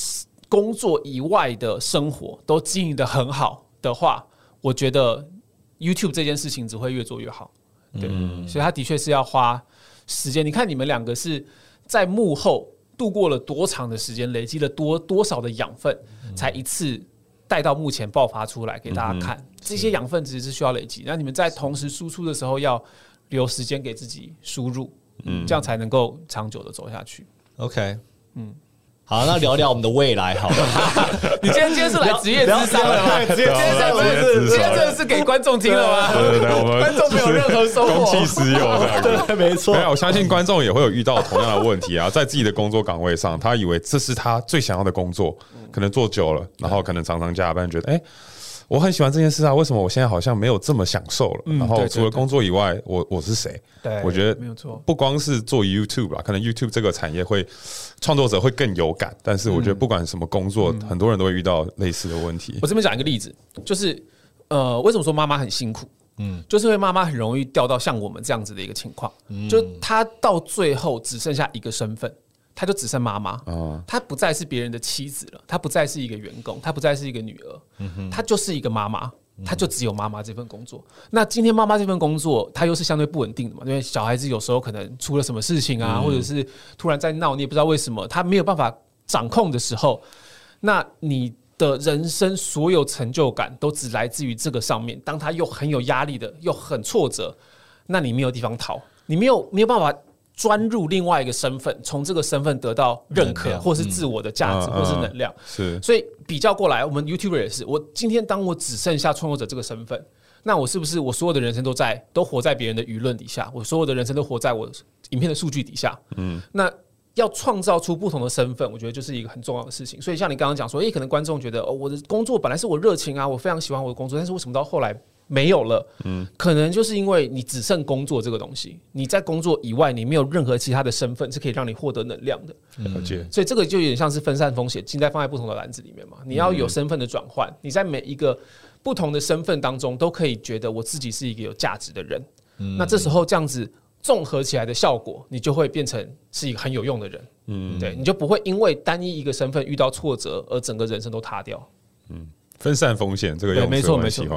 工作以外的生活都经营得很好的话，我觉得 YouTube 这件事情只会越做越好。对，所以他的确是要花时间。你看你们两个是在幕后度过了多长的时间，累积了多少的养分，才一次带到目前爆发出来给大家看。这些养分其实是需要累积，那你们在同时输出的时候要留时间给自己输入，这样才能够长久的走下去。 OK， 好，那聊聊我们的未来好了。 你今天是来职业咨商了吗？今天真的是给观众听了吗？ 对，我们观众没有任何收获， 公器私用的。 对，没错。 没有，我相信观众也会有遇到同样的问题啊，在自己的工作岗位上，他以为这是他最想要的工作，可能做久了，然后可能常常加班，觉得我很喜欢这件事啊，为什么我现在好像没有这么享受了？然后除了工作以外，我是谁？ 对， 我觉得没有错， 不光是做 YouTube 啦，可能 YouTube 这个产业会创作者会更有感，但是我觉得不管什么工作，很多人都会遇到类似的问题。 我这边讲一个例子，就是为什么说妈妈很辛苦？就是因为妈妈很容易掉到像我们这样子的一个情况，就她到最后只剩下一个身份。她就只剩妈妈，她不再是别人的妻子了，她不再是一个员工，她不再是一个女儿，她就是一个妈妈，她就只有妈妈这份工作。那今天妈妈这份工作，她又是相对不稳定的嘛，因为小孩子有时候可能出了什么事情啊，或者是突然在闹，你也不知道为什么，她没有办法掌控的时候，那你的人生所有成就感都只来自于这个上面。当她又很有压力的，又很挫折，那你没有地方逃，你没有办法钻入另外一个身份，从这个身份得到认可，或是自我的价值，或是能量。 是， 所以比较过来，我们 YouTuber 也是。我今天当我只剩下创作者这个身份，那我是不是我所有的人生都活在别人的舆论底下？我所有的人生都活在我影片的数据底下。那要创造出不同的身份，我觉得就是一个很重要的事情。所以像你刚刚讲说，可能观众觉得我的工作本来是我热情啊，我非常喜欢我的工作，但是为什么到后来没有了？可能就是因为你只剩工作这个东西，你在工作以外，你没有任何其他的身份是可以让你获得能量的。所以这个就有点像是分散风险，尽在放在不同的篮子里面嘛。你要有身份的转换，你在每一个不同的身份当中，都可以觉得我自己是一个有价值的人。那这时候这样子综合起来的效果，你就会变成是一个很有用的人。对，你就不会因为单一一个身份遇到挫折而整个人生都塌掉。 分散风险这个用词我很喜欢。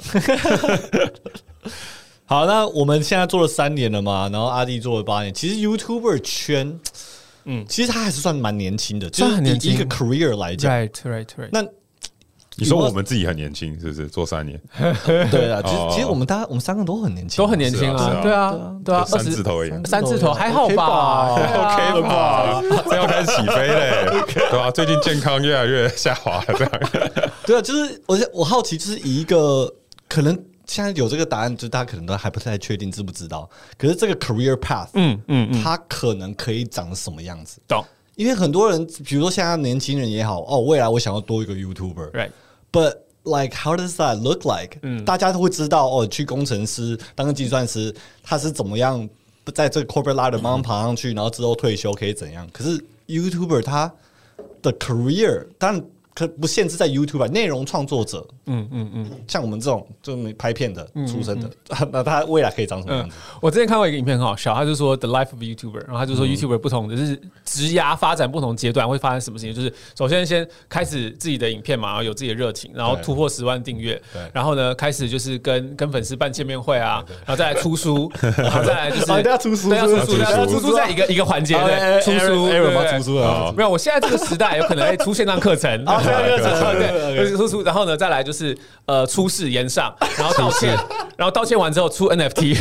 好，那我们现在做了3年了嘛，然后阿弟做了8年。其实 YouTuber 圈，其实他还是算蛮年轻的，就是以一个 career 来讲。 Right。 那你说我们自己很年轻，是不是？做3年？ 对啊，其实我们3个都很年轻， 都很年轻啊。对啊 ，3字头而已 ，3字头还好吧 ？OK 了吧？这要开始起飞嘞，对吧？最近健康越来越下滑，这样。 对啊，就是我好奇，就是以一个可能现在有这个答案，就是大家可能都还不太确定知不知道。可是这个 career path，它可能可以长什么样子？ 懂。 因为很多人，比如说现在年轻人也好，未来我想要多一个 YouTuber，right？But like how does that look like？大家都会知道去工程师当个计算师，他是怎么样在这个 corporate ladder 慢慢爬上去，然后之后退休可以怎样？可是 YouTuber 他的 career 当然可不限制在 YouTuber 内容创作者，像我们这种就拍片的出身的，那他未来可以长什么样子？ 我之前看过一个影片很好笑，他就说 The Life of YouTuber， 然后他就说 YouTuber 不同的就是职涯发展不同阶段会发生什么事情，就是首先开始自己的影片嘛，然后有自己的热情，然后突破10万订阅，然后呢开始就是跟粉丝办见面会啊，然后再来出书，然后再来就是要出书， 出书在一个环节，对，出书， 出书了， 没有，我现在这个时代有可能会出线上课程。对，出，然后呢，再来就是出事延上，然后道歉，然后道歉完之后出 NFT，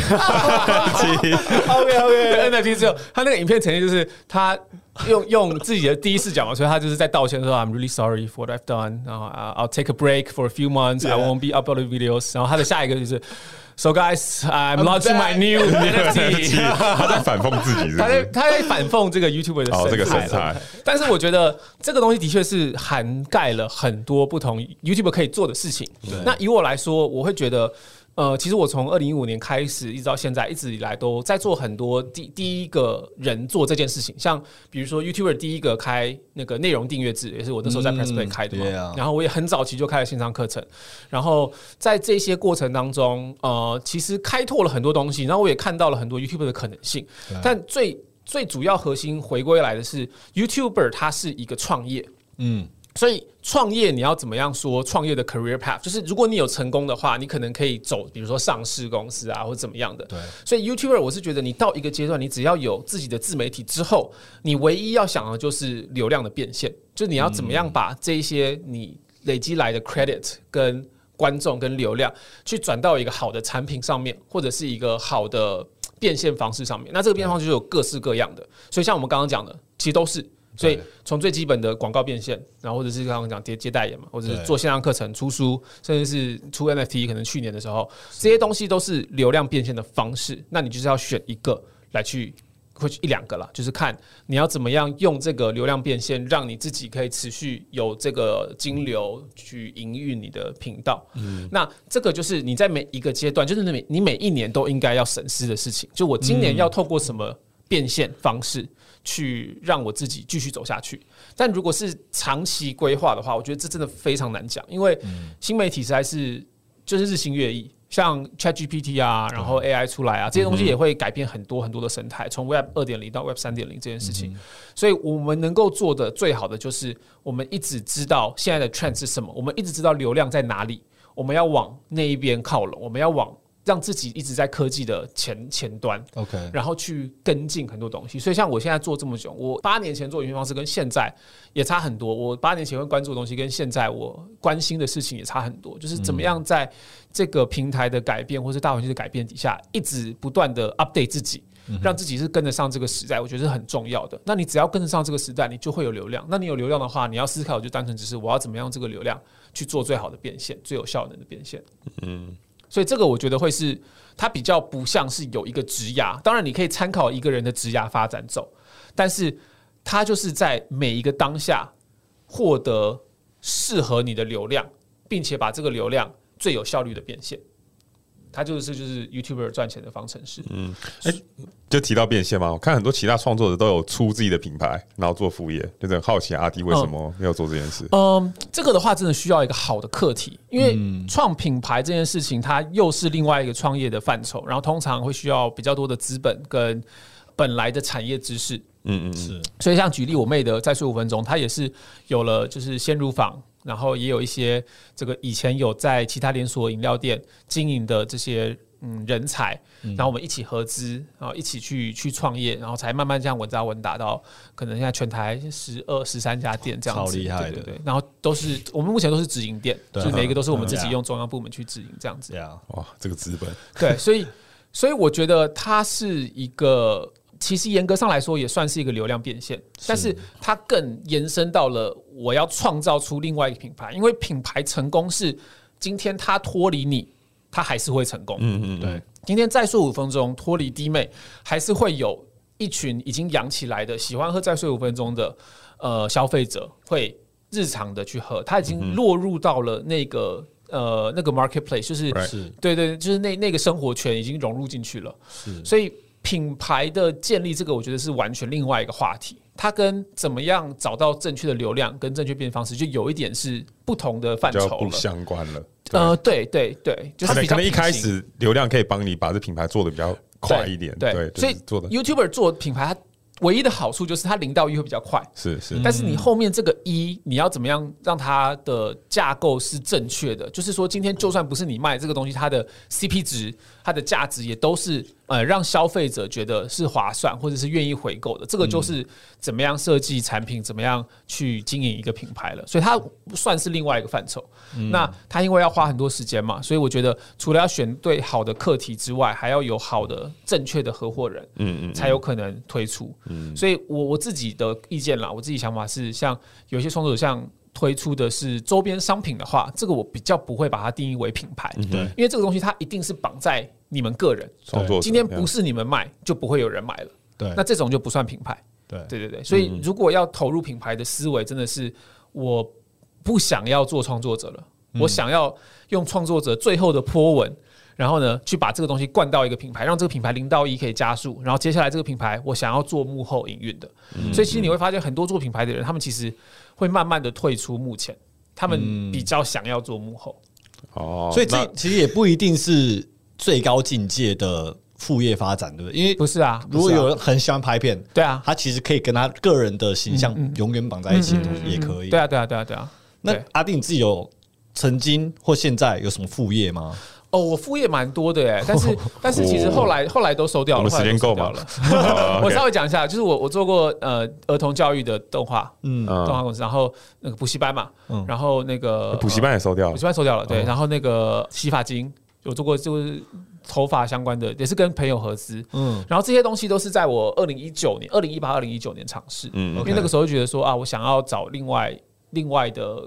OK NFT 之后，他那个影片呈现就是他用自己的第一视角嘛，所以他就是在道歉说 I'm really sorry for what I've done， 然后 I'll take a break for a few months， I won't be uploading videos， 然后他的下一个就是。So guys, I'm launching my new NFT。 他在反讽自己， 他在反讽这个 YouTuber 的这个生态。 但是我觉得这个东西的确是涵盖了很多不同 YouTuber 可以做的事情。那以我来说，我会觉得。其实我从2015年开始一直到现在，一直以来都在做很多第一个人做这件事情，像比如说 YouTuber 第一个开那个内容订阅制，也是我那时候在 PressPlay 开的嘛。然后我也很早期就开了线上课程，然后在这些过程当中，其实开拓了很多东西，然后我也看到了很多 YouTuber 的可能性。但最主要核心回归来的是 YouTuber 它是一个创业， 所以创业你要怎么样说创业的 career path， 就是如果你有成功的话，你可能可以走比如说上市公司啊，或者怎么样的。 对， 所以 YouTuber 我是觉得你到一个阶段，你只要有自己的自媒体之后，你唯一要想的就是流量的变现，就是你要怎么样把这一些你累积来的 credit 跟观众跟流量去转到一个好的产品上面，或者是一个好的变现方式上面。那这个变现方式就有各式各样的，所以像我们刚刚讲的，其实都是。所以从最基本的广告变现，然后或者是刚刚讲接代言嘛，或者是做线上课程、出书，甚至是出 NFT， 可能去年的时候，这些东西都是流量变现的方式。那你就是要选一个来去，或者一两个啦，就是看你要怎么样用这个流量变现，让你自己可以持续有这个金流去营运你的频道。那这个就是你在每一个阶段，就是你每一年都应该要审视的事情。就我今年要透过什么变现方式去让我自己继续走下去。但如果是长期规划的话，我觉得这真的非常难讲，因为新媒体实在是就是日新月异，像 ChatGPT 啊，然后 AI 出来啊，这些东西也会改变很多很多的生态，从 Web 2.0 到 Web 3.0这件事情。所以我们能够做的最好的就是我们一直知道现在的 trend 是什么，我们一直知道流量在哪里，我们要往那一边靠拢，我们要往让自己一直在科技的前端 ，OK， 然后去跟进很多东西。所以像我现在做这么久，我8年前做营运方式跟现在也差很多。我8年前会关注的东西跟现在我关心的事情也差很多，就是怎么样在这个平台的改变或是大环境的改变底下，一直不断的 update 自己，让自己是跟得上这个时代，我觉得是很重要的。那你只要跟得上这个时代，你就会有流量。那你有流量的话，你要思考就单纯只是我要怎么样这个流量去做最好的变现，最有效能的变现。所以这个我觉得会是它比较不像是有一个职涯，当然你可以参考一个人的职涯发展走，但是它就是在每一个当下获得适合你的流量，并且把这个流量最有效率的变现。它就是 YouTuber 赚钱的方程式。 就提到变现嘛，我看很多其他创作者都有出自己的品牌，然后做副业，就是很好奇阿滴为什么没有做这件事。 这个的话真的需要一个好的课题，因为创品牌这件事情，它又是另外一个创业的范畴，然后通常会需要比较多的资本跟本来的产业知识。是。所以像举例我妹的再睡5分钟，她也是有了就是鲜乳坊。然后也有一些这个以前有在其他连锁饮料店经营的这些人才，然后我们一起合资，然后一起去创业，然后才慢慢这样稳扎稳打到可能现在全台12、13家店这样子， 超厉害的。 对。然后都是我们目前都是直营店，就是每一个都是我们自己用中央部门去直营这样子。 哇，这个资本。 对，所以我觉得它是一个。其实严格上来说也算是一个流量变现，但是它更延伸到了我要创造出另外一个品牌，因为品牌成功是今天它脱离你，它还是会成功。对，今天再睡5分钟脱离弟妹，还是会有一群已经养起来的喜欢喝再睡5分钟的消费者会日常的去喝，它已经落入到了那个 marketplace， 就是对，就是那个生活圈已经融入进去了，所以。品牌的建立，这个我觉得是完全另外一个话题，它跟怎么样找到正确的流量跟正确变现方式，就有一点是不同的范畴了， 不相关了。 对，就是可能一开始流量可以帮你把这品牌做得比较快一点，对， 所以 YouTuber 做品牌，它唯一的好处就是它0到1会比较快， 是， 但是你后面这个1，你要怎么样让它的架构是正确的？就是说，今天就算不是你卖这个东西，它的 CP 值、它的价值也都是让消费者觉得是划算或者是愿意回购的。这个就是怎么样设计产品，怎么样去经营一个品牌了。所以它算是另外一个范畴。那它因为要花很多时间嘛，所以我觉得除了要选对好的课题之外，还要有好的正确的合伙人，才有可能推出。所以我自己的意见啦，我自己想法是，像有一些创作者像推出的是周边商品的话，这个我比较不会把它定义为品牌，因为这个东西它一定是绑在你们个人创作者， 今天不是你们卖，就不会有人买了。对，那这种就不算品牌。对，所以如果要投入品牌的思维，真的是我不想要做创作者了，我想要用创作者最后的波纹。然后呢，去把这个东西灌到一个品牌，让这个品牌0到1可以加速。然后接下来这个品牌，我想要做幕后营运的。所以其实你会发现，很多做品牌的人，他们其实会慢慢的退出幕前，他们比较想要做幕后。 所以这其实也不一定是最高境界的副业发展，对不对？因为不是啊， 如果有人很喜欢拍片， 对啊， 他其实可以跟他个人的形象永远绑在一起，也可以。 对啊。 那阿弟你自己有曾经或现在有什么副业吗？ 哦，我副业蛮多的耶，但是其实后来都收掉了。 我们时间够吗？ 我稍微讲一下，就是我做过儿童教育的动画，动画公司，然后那个补习班嘛，然后那个补习班也收掉了， 补习班收掉了，对，然后那个洗发精有做过，就是头发相关的，也是跟朋友合资，然后这些东西都是在我2018、2019年尝试，因为那个时候就觉得说啊，我想要找另外的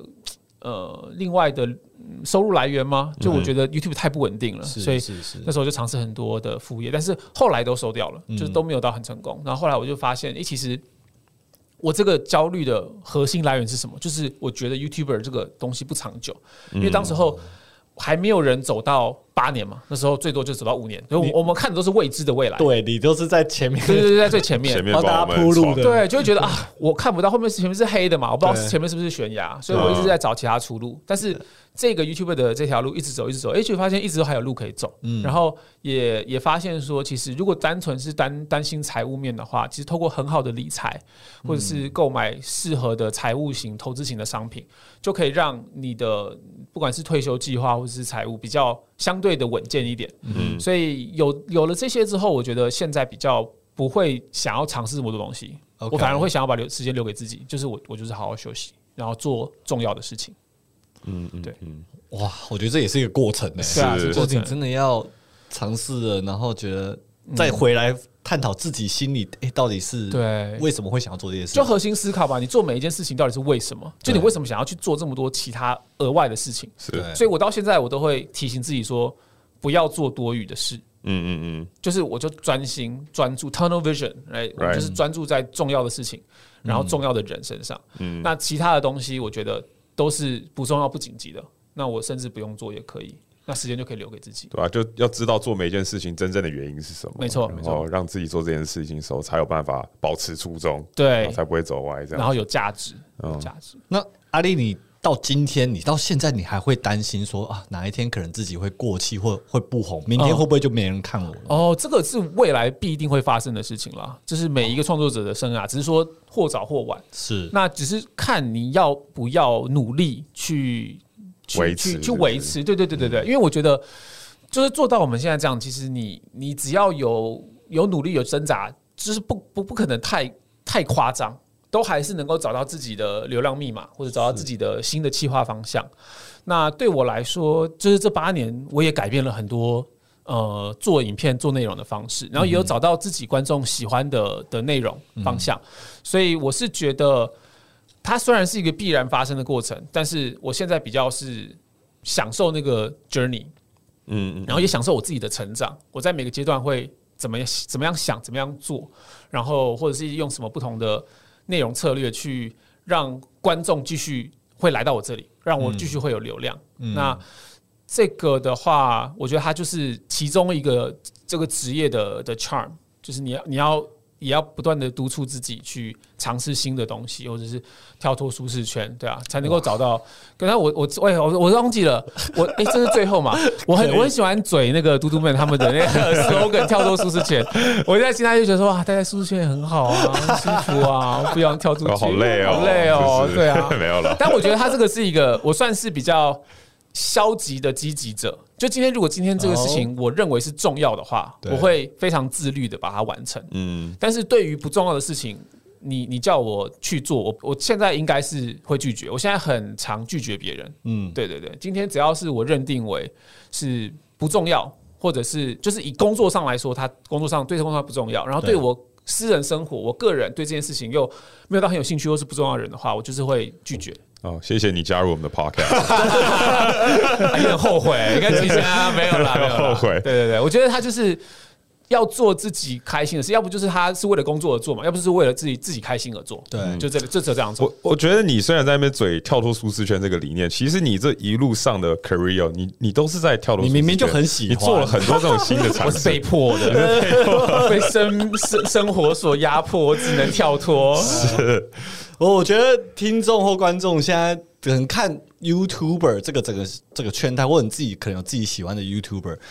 收入来源吗？就我觉得 YouTube 太不稳定了，所以那时候就尝试很多的副业，但是后来都收掉了，就是都没有到很成功。然后后来我就发现，其实我这个焦虑的核心来源是什么？就是我觉得 YouTuber 这个东西不长久，因为当时候还没有人走到8年嘛，那时候最多就走到5年，所以我们看的都是未知的未来。 对，你都是在前面， 对，在最前面帮大家铺路的， 对，就会觉得啊，我看不到后面前面是黑的嘛，我不知道前面是不是悬崖，所以我一直在找其他出路。但是这个 YouTube 的这条路一直走，就发现一直都还有路可以走。然后也发现说，其实如果单纯是担心财务面的话，其实透过很好的理财，或者是购买适合的财务型、投资型的商品，就可以让你的不管是退休计划或者是财务比较相对的稳健一点。所以有了这些之后，我觉得现在比较不会想要尝试这么多东西，我反而会想要把时间留给自己，就是我就是好好休息，然后做重要的事情。对， 哇，我觉得这也是一个过程呢。 是过程真的要尝试了，然后觉得再回来探讨自己心里到底是为什么会想要做这件事， 就核心思考吧。你做每一件事情到底是为什么？就你为什么想要去做这么多其他额外的事情？所以我到现在我都会提醒自己说，不要做多余的事。就是我就专心专注 tunnel vision， 我就是专注在重要的事情，然后重要的人身上。那其他的东西，我觉得都是不重要不紧急的，那我甚至不用做也可以，那时间就可以留给自己， 对吧？就要知道做每一件事情真正的原因是什么， 没错， 然后让自己做这件事情的时候才有办法保持初衷， 对， 才不会走歪，这样， 然后有价值，有价值。 那阿力，你到今天，你到现在，你还会担心说啊，哪一天可能自己会过气，或会不红，明天会不会就没人看我了？ 哦，这个是未来必定会发生的事情啦，这是每一个创作者的生涯，只是说或早或晚， 是那只是看你要不要努力去维持，对，因为我觉得就是做到我们现在这样，其实你只要有努力有挣扎，就是不可能太夸张。都还是能够找到自己的流量密码，或者找到自己的新的企划方向。那对我来说，就是这8年，我也改变了很多做影片、做内容的方式，然后也有找到自己观众喜欢的内容方向。所以我是觉得，它虽然是一个必然发生的过程，但是我现在比较是享受那个 journey， 然后也享受我自己的成长。我在每个阶段会怎么样想，怎么样做，然后或者是用什么不同的内容策略去让观众继续会来到我这里，让我继续会有流量。那这个的话，我觉得它就是其中一个这个职业的 charm， 就是你也要不断的督促自己去尝试新的东西，或者是跳脱舒适圈，对啊，才能够找到。刚才我忘记了，这是最后嘛？我很喜欢嘴那个嘟嘟们他们的那个 slogan 跳脱舒适圈。我在现在就觉得说，哇，待在舒适圈也很好啊，很舒服啊，不要跳出去， 好累哦， 好累哦，对啊， 没有了。 但我觉得他这个是一个，我算是比较消极的积极者。就如果今天这个事情我认为是重要的话，我会非常自律的把它完成。但是对于不重要的事情，你叫我去做，我现在应该是会拒绝。我现在很常拒绝别人。对，今天只要是我认定为是不重要，或者是就是以工作上来说，他工作上不重要，然后对我私人生活，我个人对这件事情又没有到很有兴趣，或是不重要的人的话，我就是会拒绝。 谢谢你加入我们的 podcast， 有点后悔，应该提前没有啦， 后悔。 对，我觉得他就是要做自己开心的事，要不就是他是为了工作而做嘛，要不是为了自己开心而做。对，就这样做。 我觉得你虽然在那边嘴跳脱舒适圈这个理念，其实你这一路上的 career， 你都是在跳脱舒适圈。 你明明就很喜欢， 你做了很多这种新的尝试。 我是被迫的，被生活所压迫，我只能跳脱。 是。 我觉得听众或观众现在可能看 YouTuber 这个圈态，或者你自己可能有自己喜欢的 YouTuber，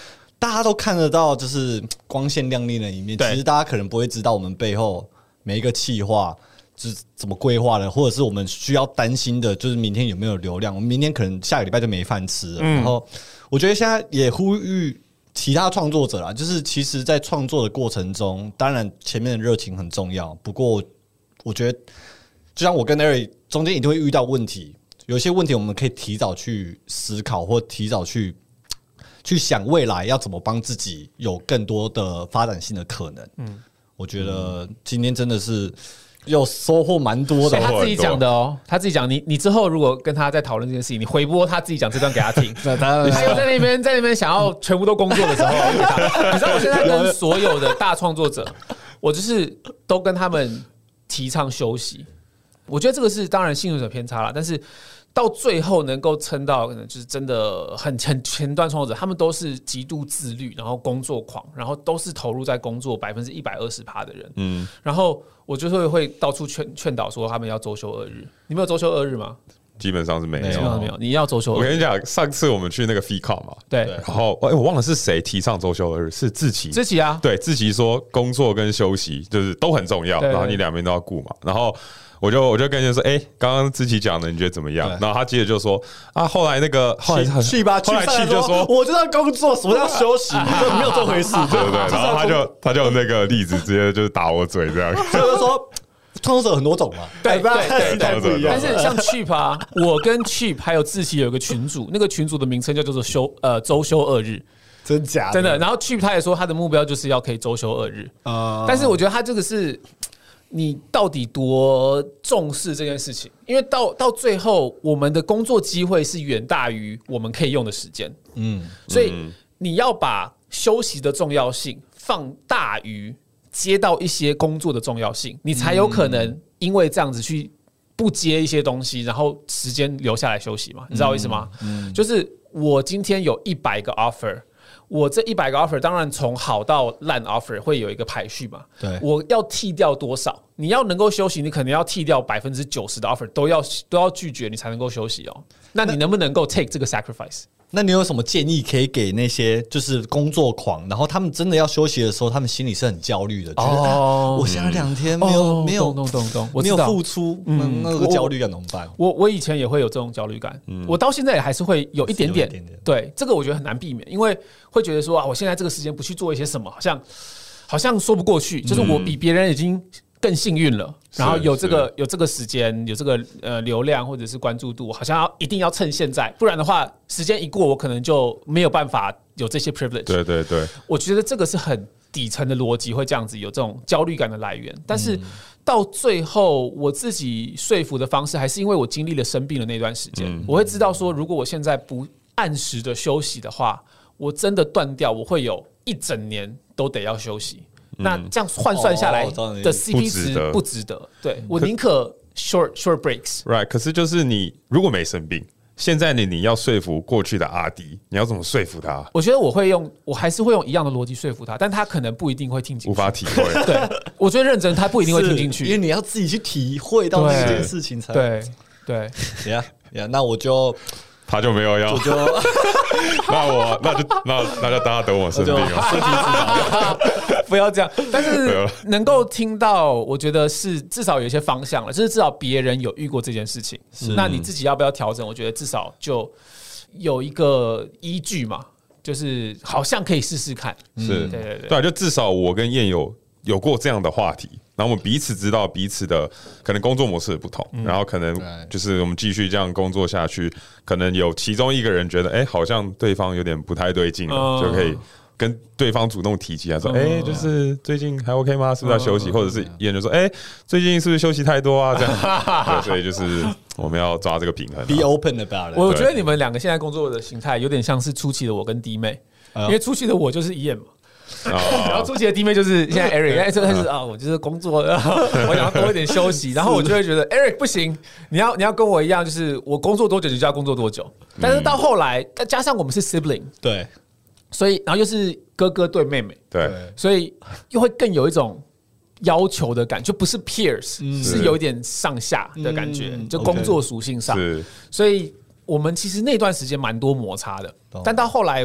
大家都看得到，就是光鲜亮丽的一面。其实大家可能不会知道我们背后每一个企划是怎么规划的，或者是我们需要担心的，就是明天有没有流量。我们明天可能下个礼拜就没饭吃了。然后我觉得现在也呼吁其他创作者啦，就是其实在创作的过程中，当然前面的热情很重要，不过我觉得就像我跟 Eric 中间一定会遇到问题，有些问题我们可以提早去思考，或提早去想未来要怎么帮自己有更多的发展性的可能。我觉得今天真的是有收获蛮多的。 他自己讲的哦，他自己讲，你之后如果跟他在讨论这件事情，你回播他自己讲这段给他听，他又在那边想要全部都工作的时候，你知道我现在跟所有的大创作者，我就是都跟他们提倡休息。我觉得这个是当然幸存者偏差啦，但是到最后能够撑到可能就是真的很前端创作者，他们都是极度自律，然后工作狂，然后都是投入在工作120%的人。然后我就会到处劝导说他们要周休2日。你们有周休2日吗？ 基本上是没有。 你要周休2日。 我跟你讲，上次我们去那个 FECON 嘛， 对， 然后我忘了是谁提倡周休2日，是志奇啊， 对，志奇说工作跟休息就是都很重要，然后你两边都要顾嘛，然后。我就跟人说，刚刚志奇讲的，你觉得怎么样？然后他接着就说，后来去吧， 后来去就说， 我就要工作，什么叫休息？没有这回事， 对不对？然后他就那个例子直接就是打我嘴这样， 所以就说创作者很多种嘛， 对， 不一样。 但是像 Cheap 啊，我跟 Cheap 还有志奇有一个群组，那个群组的名称叫做周休2日。 真假的？ 真的。然后 Cheap 他也说他的目标就是要可以周休2日。但是我觉得他这个是。你到底多重视这件事情？因为到最后，我们的工作机会是远大于我们可以用的时间。所以你要把休息的重要性放大于接到一些工作的重要性，你才有可能因为这样子去不接一些东西，然后时间留下来休息嘛？你知道我意思吗？就是我今天有100个 offer。我这100个 offer 当然从好到烂 offer 会有一个排序嘛？ 对， 我要剔掉多少？你要能够休息，你可能要剔掉90%的 offer 都要拒绝，你才能够休息哦。那你能不能够 take 这个 sacrifice？ 那你有什么建议可以给那些就是工作狂，然后他们真的要休息的时候，他们心里是很焦虑的，觉得我现在2天没有没有付出，那个焦虑感怎么办？ 我以前也会有这种焦虑感，我到现在也还是会有一点点。对，这个我觉得很难避免，因为会觉得说我现在这个时间不去做一些什么，好像说不过去，就是我比别人已经更幸运了，然后有这个时间，有这个流量或者是关注度，好像一定要趁现在，不然的话，时间一过，我可能就没有办法有这些 privilege。对，我觉得这个是很底层的逻辑，会这样子有这种焦虑感的来源。但是到最后，我自己说服的方式，还是因为我经历了生病的那段时间，我会知道说，如果我现在不按时的休息的话，我真的断掉，我会有1整年都得要休息。那这样换算下来的 CP 值不值得？对，我宁可 short breaks。Right， 可是就是你如果没生病，现在你要说服过去的阿迪，你要怎么说服他？ 我觉得我还是会用一样的逻辑说服他，但他可能不一定会听进去， 无法体会。 对，我觉得认真他不一定会听进去， 因为你要自己去体会到这件事情才对。 那我就。 他就没有要，那就大家等我生病了， 不要这样。但是能够听到，我觉得是至少有一些方向了，就是至少别人有遇过这件事情，那你自己要不要调整？我觉得至少就有一个依据嘛，就是好像可以试试看。 是，对，就至少我跟燕有过这样的话题。然后我们彼此知道彼此的可能工作模式的不同，然后可能就是我们继续这样工作下去，可能有其中一个人觉得，好像对方有点不太对劲了，就可以跟对方主动提起来说，就是最近还 OK 吗？是不是要休息？或者是一人就说，最近是不是休息太多啊？这样，所以就是我们要抓这个平衡。 Be open about it。 我觉得你们两个现在工作的形态有点像是初期的我跟弟妹，因为初期的我就是Ian嘛。然后初期的弟妹就是现在 Eric， 就开始我就是工作，我想要多一点休息，然后我就会觉得 Eric 不行，你要跟我一样，就是我工作多久就要工作多久。但是到后来，加上我们是 sibling， 对， 所以然后又是哥哥对妹妹， 对， 所以又会更有一种要求的感觉，就不是 peers，是有一点上下的感觉，就工作属性上，所以我们其实那段时间蛮多摩擦的，但到后来。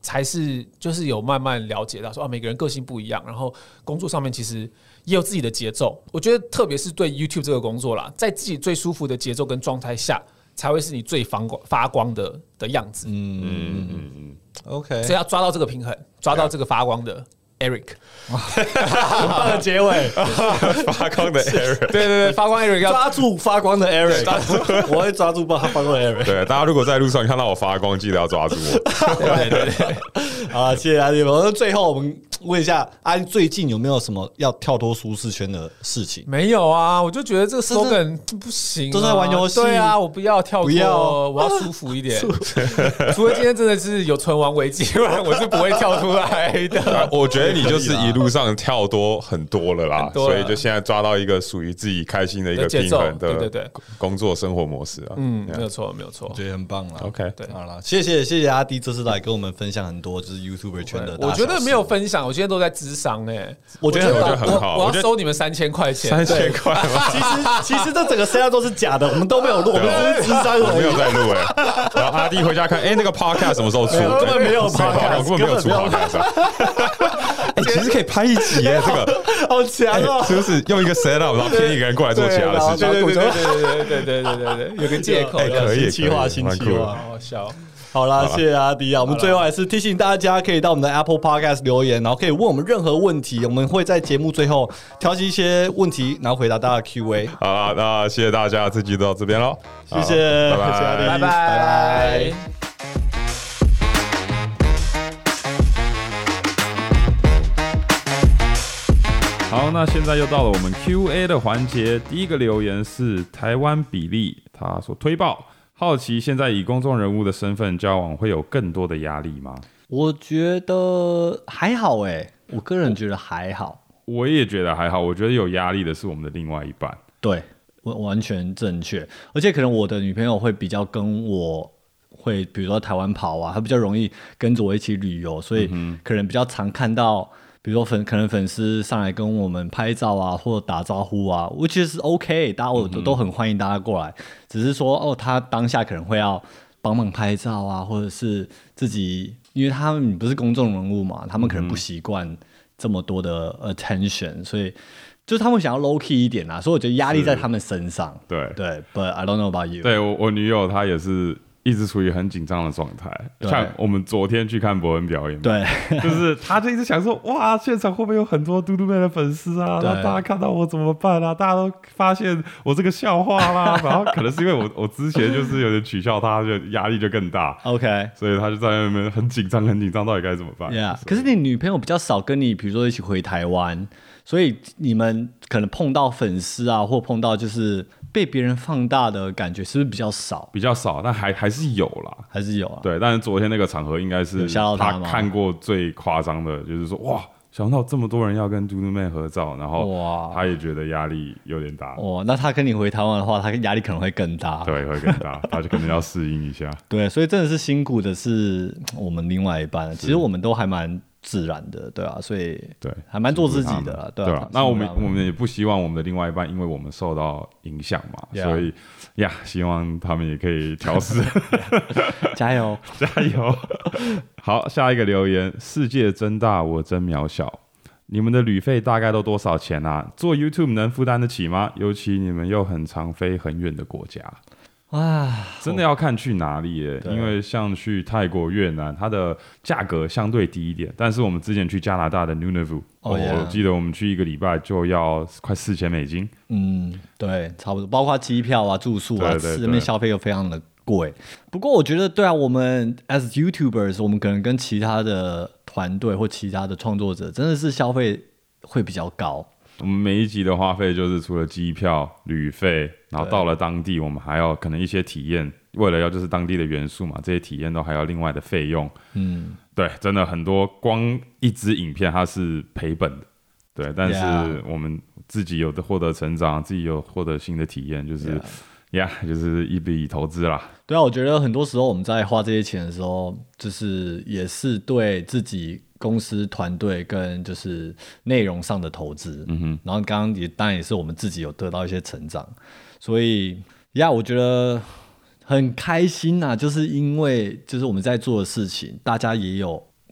才是就是有慢慢了解到说每个人个性不一样，然后工作上面其实也有自己的节奏。我觉得特别是对 YouTube 这个工作啦，在自己最舒服的节奏跟状态下，才会是你最发光的样子。 OK， 所以要抓到这个平衡，抓到这个发光的 Eric， 很棒的结尾， 发光的 Eric， 对，发光 Eric 要抓住发光的 Eric， 我会抓住发光的 Eric。 对，大家如果在路上看到我发光，记得要抓住我。 对。 好，谢谢阿弟。最后我们问一下，阿弟最近有没有什么要跳脱舒适圈的事情？ 没有啊，我就觉得这个 slogan 不行， 都在玩游戏。 对啊，我不要跳脱， 不要， 我要舒服一点。除非今天真的是有存亡危机，不然我是不会跳出来的。 我觉得你就是一路上跳多很多了啦，所以就现在抓到一个属于自己开心的一个平衡的工作生活模式啊。 没有错， 我觉得很棒了。 OK， 对，好了，谢谢阿弟这次来跟我们分享很多就是 YouTuber 圈的大小事。 我觉得没有分享，我今天都在咨商我觉得很好， 我要收你们3000块钱 ，3000块吗？ 其实这整个 set 都是假的，我们都没有录，我们只是咨商而已， 我没有在录然后阿弟回家看，那个 podcast 什么时候出？ 根本没有 podcast， 根本没有出 podcast。其实可以拍一集这个好强哦！ 是不是用一个 set up， 然后骗一个人过来做其他的事情？ 对，有个借口， 可以， 新企划， 好笑。 好啦，谢谢阿迪啊！我们最后还是提醒大家，可以到我们的 Apple Podcast 留言，然后可以问我们任何问题，我们会在节目最后挑起一些问题，然后回答大家的 Q&A。 好啦，那谢谢大家，这集就到这边咯， 谢谢， 拜拜。 好，那现在又到了我们 Q&A 的环节。第一个留言是台湾比利，他说推爆，好奇现在以公众人物的身份交往会有更多的压力吗？ 我觉得还好我个人觉得还好。 我也觉得还好，我觉得有压力的是我们的另外一半。 对，完全正确。而且可能我的女朋友会比较跟我会，比如说台湾跑啊，她比较容易跟着我一起旅游，所以可能比较常看到。比如说可能粉丝上来跟我们拍照啊，或者打招呼啊，我觉得是 OK， 大家我都很欢迎大家过来。只是说他当下可能会要帮忙拍照啊，或者是自己，因为他们不是公众人物嘛，他们可能不习惯这么多的 attention， 所以就是他们想要 low key 一点啊，所以我觉得压力在他们身上。对，But I don't know about you。 对我女友她也是。一直处于很紧张的状态，像我们昨天去看伯恩表演， 对， 就是他就一直想说，哇，现场会不会有很多嘟嘟妹的粉丝啊？然后大家看到我怎么办啊？大家都发现我这个笑话啦，然后可能是因为我之前就是有点取笑他，就压力就更大。 OK， 所以他就在那边很紧张，到底该怎么办？ Yeah， 可是你女朋友比较少跟你，比如说一起回台湾，所以你们可能碰到粉丝啊，或碰到就是被别人放大的感觉，是不是比较少？ 比较少，但还是有啦， 还是有啊。 对，但是昨天那个场合应该是他看过最夸张的，就是说哇，想到这么多人要跟嘟嘟妹合照，然后他也觉得压力有点大。 哇，那他跟你回台湾的话，他压力可能会更大。 对，会更大，他就可能要适应一下。 对，所以真的是辛苦的是我们另外一半，其实我们都还蛮自然的，对啊，所以对还蛮做自己的啦，对啊。 那我们也不希望我们的另外一半因为我们受到影响嘛，所以希望他们也可以调试。 加油加油！好，下一个留言：世界真大，我真渺小。你们的旅费大概都多少钱啊？做 YouTube 能负担得起吗？尤其你们又很常飞很远的国家。真的要看去哪里耶，因为像去泰国、越南，它的价格相对低一点。但是我们之前去加拿大的 Nunavut，我记得我们去1个礼拜就要快$4000。 对，差不多，包括机票啊、住宿啊，那边消费又非常的贵。不过我觉得，对啊，我们 as YouTubers， 我们可能跟其他的团队或其他的创作者，真的是消费会比较高。 我们每一集的花费就是除了机票、旅费，然后到了当地，我们还要可能一些体验，为了要就是当地的元素嘛，这些体验都还要另外的费用。对，真的很多，光一支影片它是赔本的。对，但是我们自己有的获得成长，自己有获得新的体验，就是就是一笔投资啦。 对啊，我觉得很多时候我们在花这些钱的时候，就是也是对自己公司团队跟就是内容上的投资，然后刚刚当然也是我们自己有得到一些成长，所以我觉得很开心啊，就是因为就是我们在做的事情，大家也有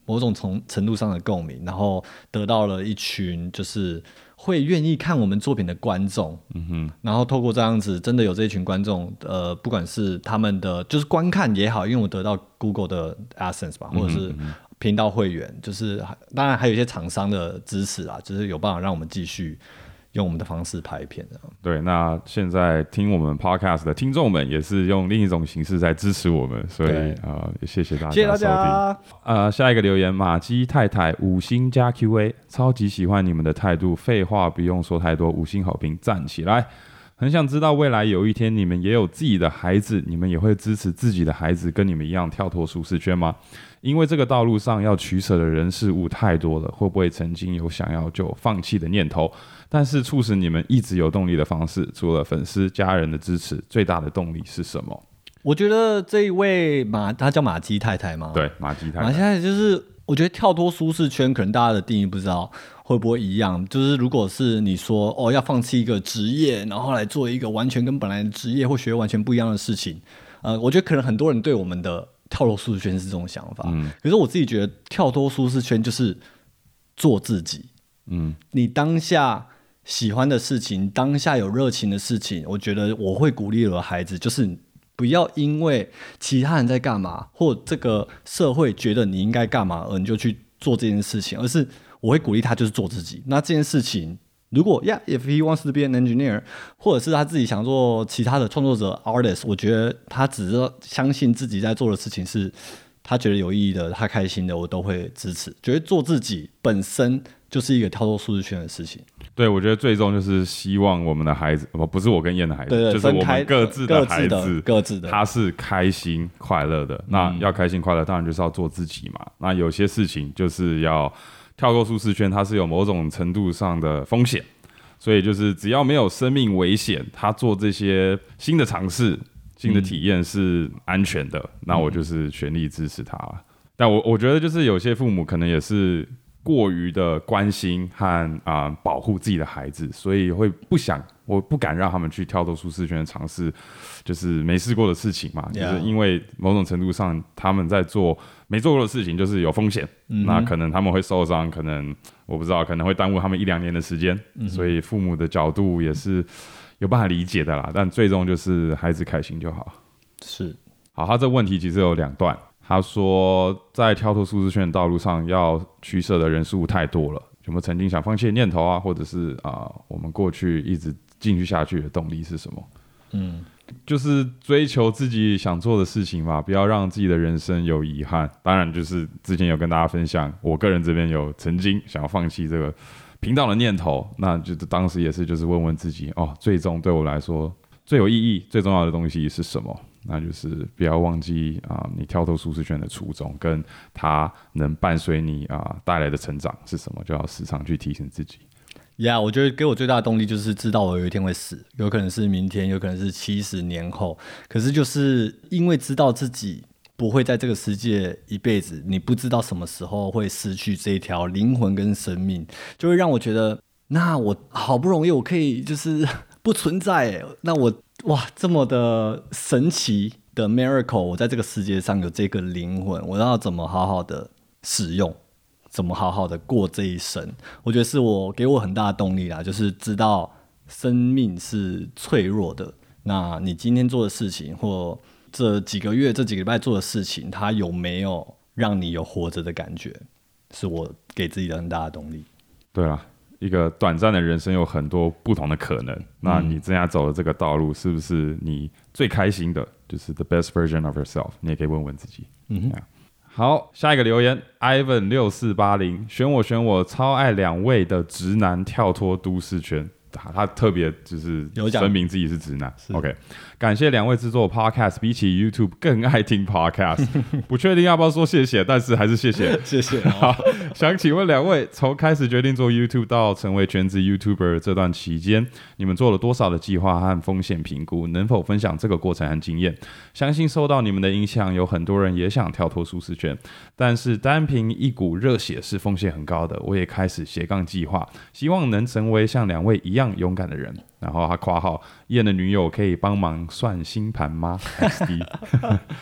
某种程度上的共鸣，然后得到了一群就是会愿意看我们作品的观众，然后透过这样子，真的有这一群观众，不管是他们的就是观看也好，因为我得到 Google 的 AdSense 吧，或者是频道会员，就是当然还有一些厂商的支持啦，就是有办法让我们继续用我们的方式拍片的。 对，那现在听我们 podcast 的听众们也是用另一种形式在支持我们，所以也谢谢大家， 谢谢大家。 下一个留言，马基太太5星加 QA， 超级喜欢你们的态度，废话不用说太多，5星好评，站起来。很想知道未来有一天你们也有自己的孩子，你们也会支持自己的孩子跟你们一样跳脱舒适圈吗？因为这个道路上要取舍的人事物太多了，会不会曾经有想要就放弃的念头？但是促使你们一直有动力的方式，除了粉丝家人的支持，最大的动力是什么？ 我觉得这一位她叫马基太太吗？ 对，马基太太。 马基太太就是我觉得跳脱舒适圈，可能大家的定义不知道会不会一样。就是如果是你说要放弃一个职业，然后来做一个完全跟本来的职业或学完全不一样的事情，我觉得可能很多人对我们的跳脱舒适圈是这种想法。可是我自己觉得跳脱舒适圈就是做自己。你当下喜欢的事情，当下有热情的事情，我觉得我会鼓励我的孩子，就是不要因为其他人在干嘛，或这个社会觉得你应该干嘛，而你就去做这件事情，而是我会鼓励他就是做自己。那这件事情如果 if he wants to be an engineer， 或者是他自己想做其他的创作者 artist， 我觉得他只是相信自己在做的事情是他觉得有意义的，他开心的，我都会支持。觉得做自己本身就是一个跳脱舒适圈的事情。 对，我觉得最终就是希望我们的孩子，不是我跟燕的孩子， 对， 就是我们各自的孩子， 各自的， 他是开心快乐的。那要开心快乐，当然就是要做自己嘛。那有些事情就是要跳过舒适圈，它是有某种程度上的风险，所以就是只要没有生命危险，他做这些新的尝试、新的体验是安全的，那我就是全力支持他。但我觉得就是有些父母可能也是过于的关心和保护自己的孩子，所以我不敢让他们去跳脱舒适圈的尝试，就是没试过的事情嘛。就是因为某种程度上他们在做没做过的事情，就是有风险。那可能他们会受伤，可能我不知道，可能会耽误他们1-2年的时间。所以父母的角度也是有办法理解的啦。但最终就是孩子开心就好。 是。 好，他这个问题其实有2段。他说，在跳脱舒适圈的道路上，要取舍的人事物太多了，有没有曾经想放弃的念头啊？或者是我们过去一直继续下去的动力是什么？就是追求自己想做的事情嘛，不要让自己的人生有遗憾。当然，就是之前有跟大家分享，我个人这边有曾经想要放弃这个频道的念头，那就当时也是就是问问自己，最终对我来说最有意义、最重要的东西是什么？那就是不要忘记你跳脱舒适圈的初衷，跟它能伴随你带来的成长是什么，就要时常去提醒自己。 我觉得给我最大的动力就是知道我有一天会死，有可能是明天，有可能是70年后。可是就是因为知道自己不会在这个世界一辈子，你不知道什么时候会失去这一条灵魂跟生命，就会让我觉得，那我好不容易我可以就是不存在，那我这么的神奇的 miracle， 我在这个世界上有这个灵魂，我要怎么好好的使用，怎么好好的过这一生？我觉得是给我很大的动力啦，就是知道生命是脆弱的。那你今天做的事情，或这几个月、这几个礼拜做的事情，它有没有让你有活着的感觉？是我给自己的很大的动力。 对啦。一个短暂的人生有很多不同的可能，那你正在走的这个道路是不是你最开心的，就是 the best version of yourself， 你也可以问问自己。好，下一个留言 Ivan6480， 选我超爱2位的直男跳脱都市圈。他特别就是声明自己是直男。OK， 感谢2位制作 Podcast， 比起 YouTube 更爱听 Podcast。不确定要不要说谢谢，但是还是谢谢， 谢谢。 好，想请问2位，从开始决定做 YouTube 到成为全职 YouTuber 这段期间，你们做了多少的计划和风险评估？能否分享这个过程和经验？相信受到你们的影响，有很多人也想跳脱舒适圈，但是单凭一股热血是风险很高的。我也开始斜杠计划，希望能成为像2位一样勇敢的人。然后他括号燕的女友可以帮忙算星盘吗？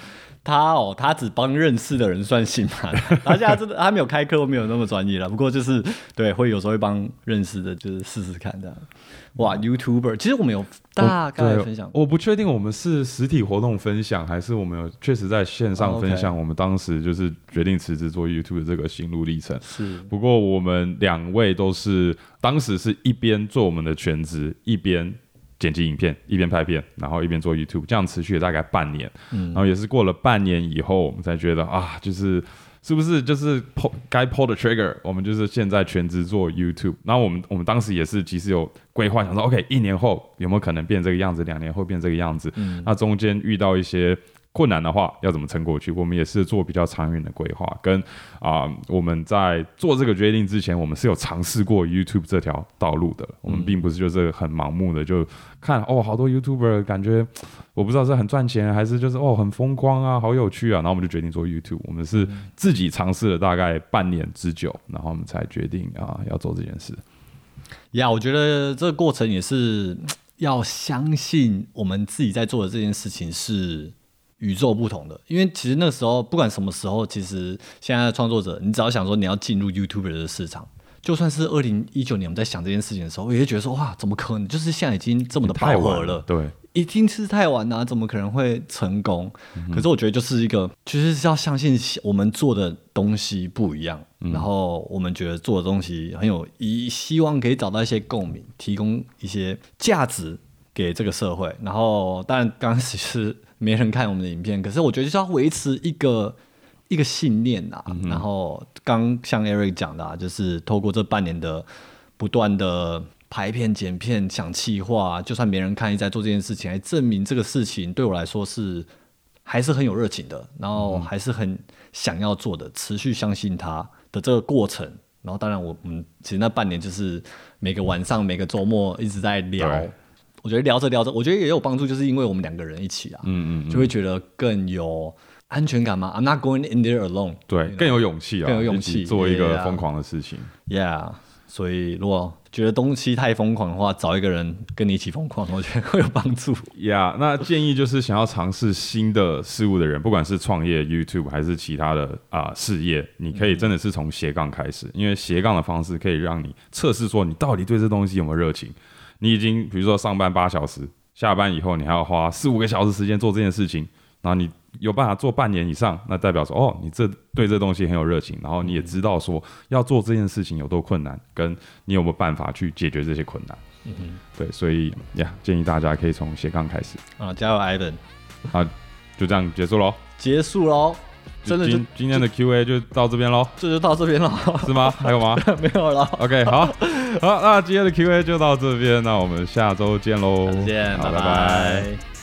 他只帮认识的人算信吗？他现在真的他没有开课，没有那么专业了。不过就是对，会有时候会帮认识的，就是试试看这样。哇 ，YouTuber， 其实我们有大概分享， 我不确定我们是实体活动分享，还是我们有确实在线上分享。我们当时就是决定辞职做 YouTube 的这个心路历程。 是， 不过我们2位都是当时是一边做我们的全职，一边剪辑影片，一边拍片，然后一边做 YouTube， 这样持续了大概半年。然后也是过了半年以后，我们才觉得啊，是不是就是该 pull the trigger？ 我们就是现在全职做 YouTube。然后我们当时也是其实有规划，想说 OK， 1年后有没有可能变这个样子？2年后变这个样子？那中间遇到一些困难的话要怎么撑过去？我们也是做比较长远的规划，跟我们在做这个决定之前，我们是有尝试过 YouTube 这条道路的。我们并不是就是很盲目的就看好多 YouTuber， 感觉我不知道是很赚钱，还是就是很风光啊，好有趣啊，然后我们就决定做 YouTube。我们是自己尝试了大概半年之久，然后我们才决定要做这件事。 我觉得这个过程也是要相信我们自己在做的这件事情是宇宙不同的，因为其实那个时候不管什么时候，其实现在的创作者，你只要想说你要进入 YouTuber 的市场，就算是2019年我们在想这件事情的时候，我也会觉得说哇，怎么可能？就是现在已经这么的饱和了， 对， 一定是太晚了，怎么可能会成功？可是我觉得就是一个，就是要相信我们做的东西不一样，然后我们觉得做的东西很有希望可以找到一些共鸣，提供一些价值给这个社会。然后当然刚开始是没人看我们的影片，可是我觉得就是要维持一个信念啊。然后刚像 Eric 讲的就是透过这半年的不断的拍片、剪片、想企划，就算没人看，一直在做这件事情，来证明这个事情对我来说还是很有热情的，然后还是很想要做的，持续相信它的这个过程。然后当然我们其实那半年就是每个晚上、每个周末一直在聊。我觉得聊着聊着，我觉得也有帮助，就是因为我们2个人一起就会觉得更有安全感嘛。I'm not going in there alone。对， 更有勇气更有勇气做一个疯狂的事情。 Yeah， 所以如果觉得东西太疯狂的话，找一个人跟你一起疯狂，我觉得会有帮助。 那建议就是想要尝试新的事物的人，不管是创业、YouTube 还是其他的事业，你可以真的是从斜杠开始，因为斜杠的方式可以让你测试说你到底对这东西有没有热情。你已经比如说上班8小时，下班以后你还要花4-5个小时时间做这件事情，然后你有办法做半年以上，那代表说你对这东西很有热情，然后你也知道说要做这件事情有多困难，跟你有没有办法去解决这些困难。对，所以建议大家可以从斜杠开始。 加油 Ivan。 就这样结束咯。真的今天的 Q&A 就到这边咯， 这就到这边咯， 是吗？还有吗？ 没有了。 OK， 好，那今天的 Q&A 就到这边，那我们下周见咯。 下次见，拜拜。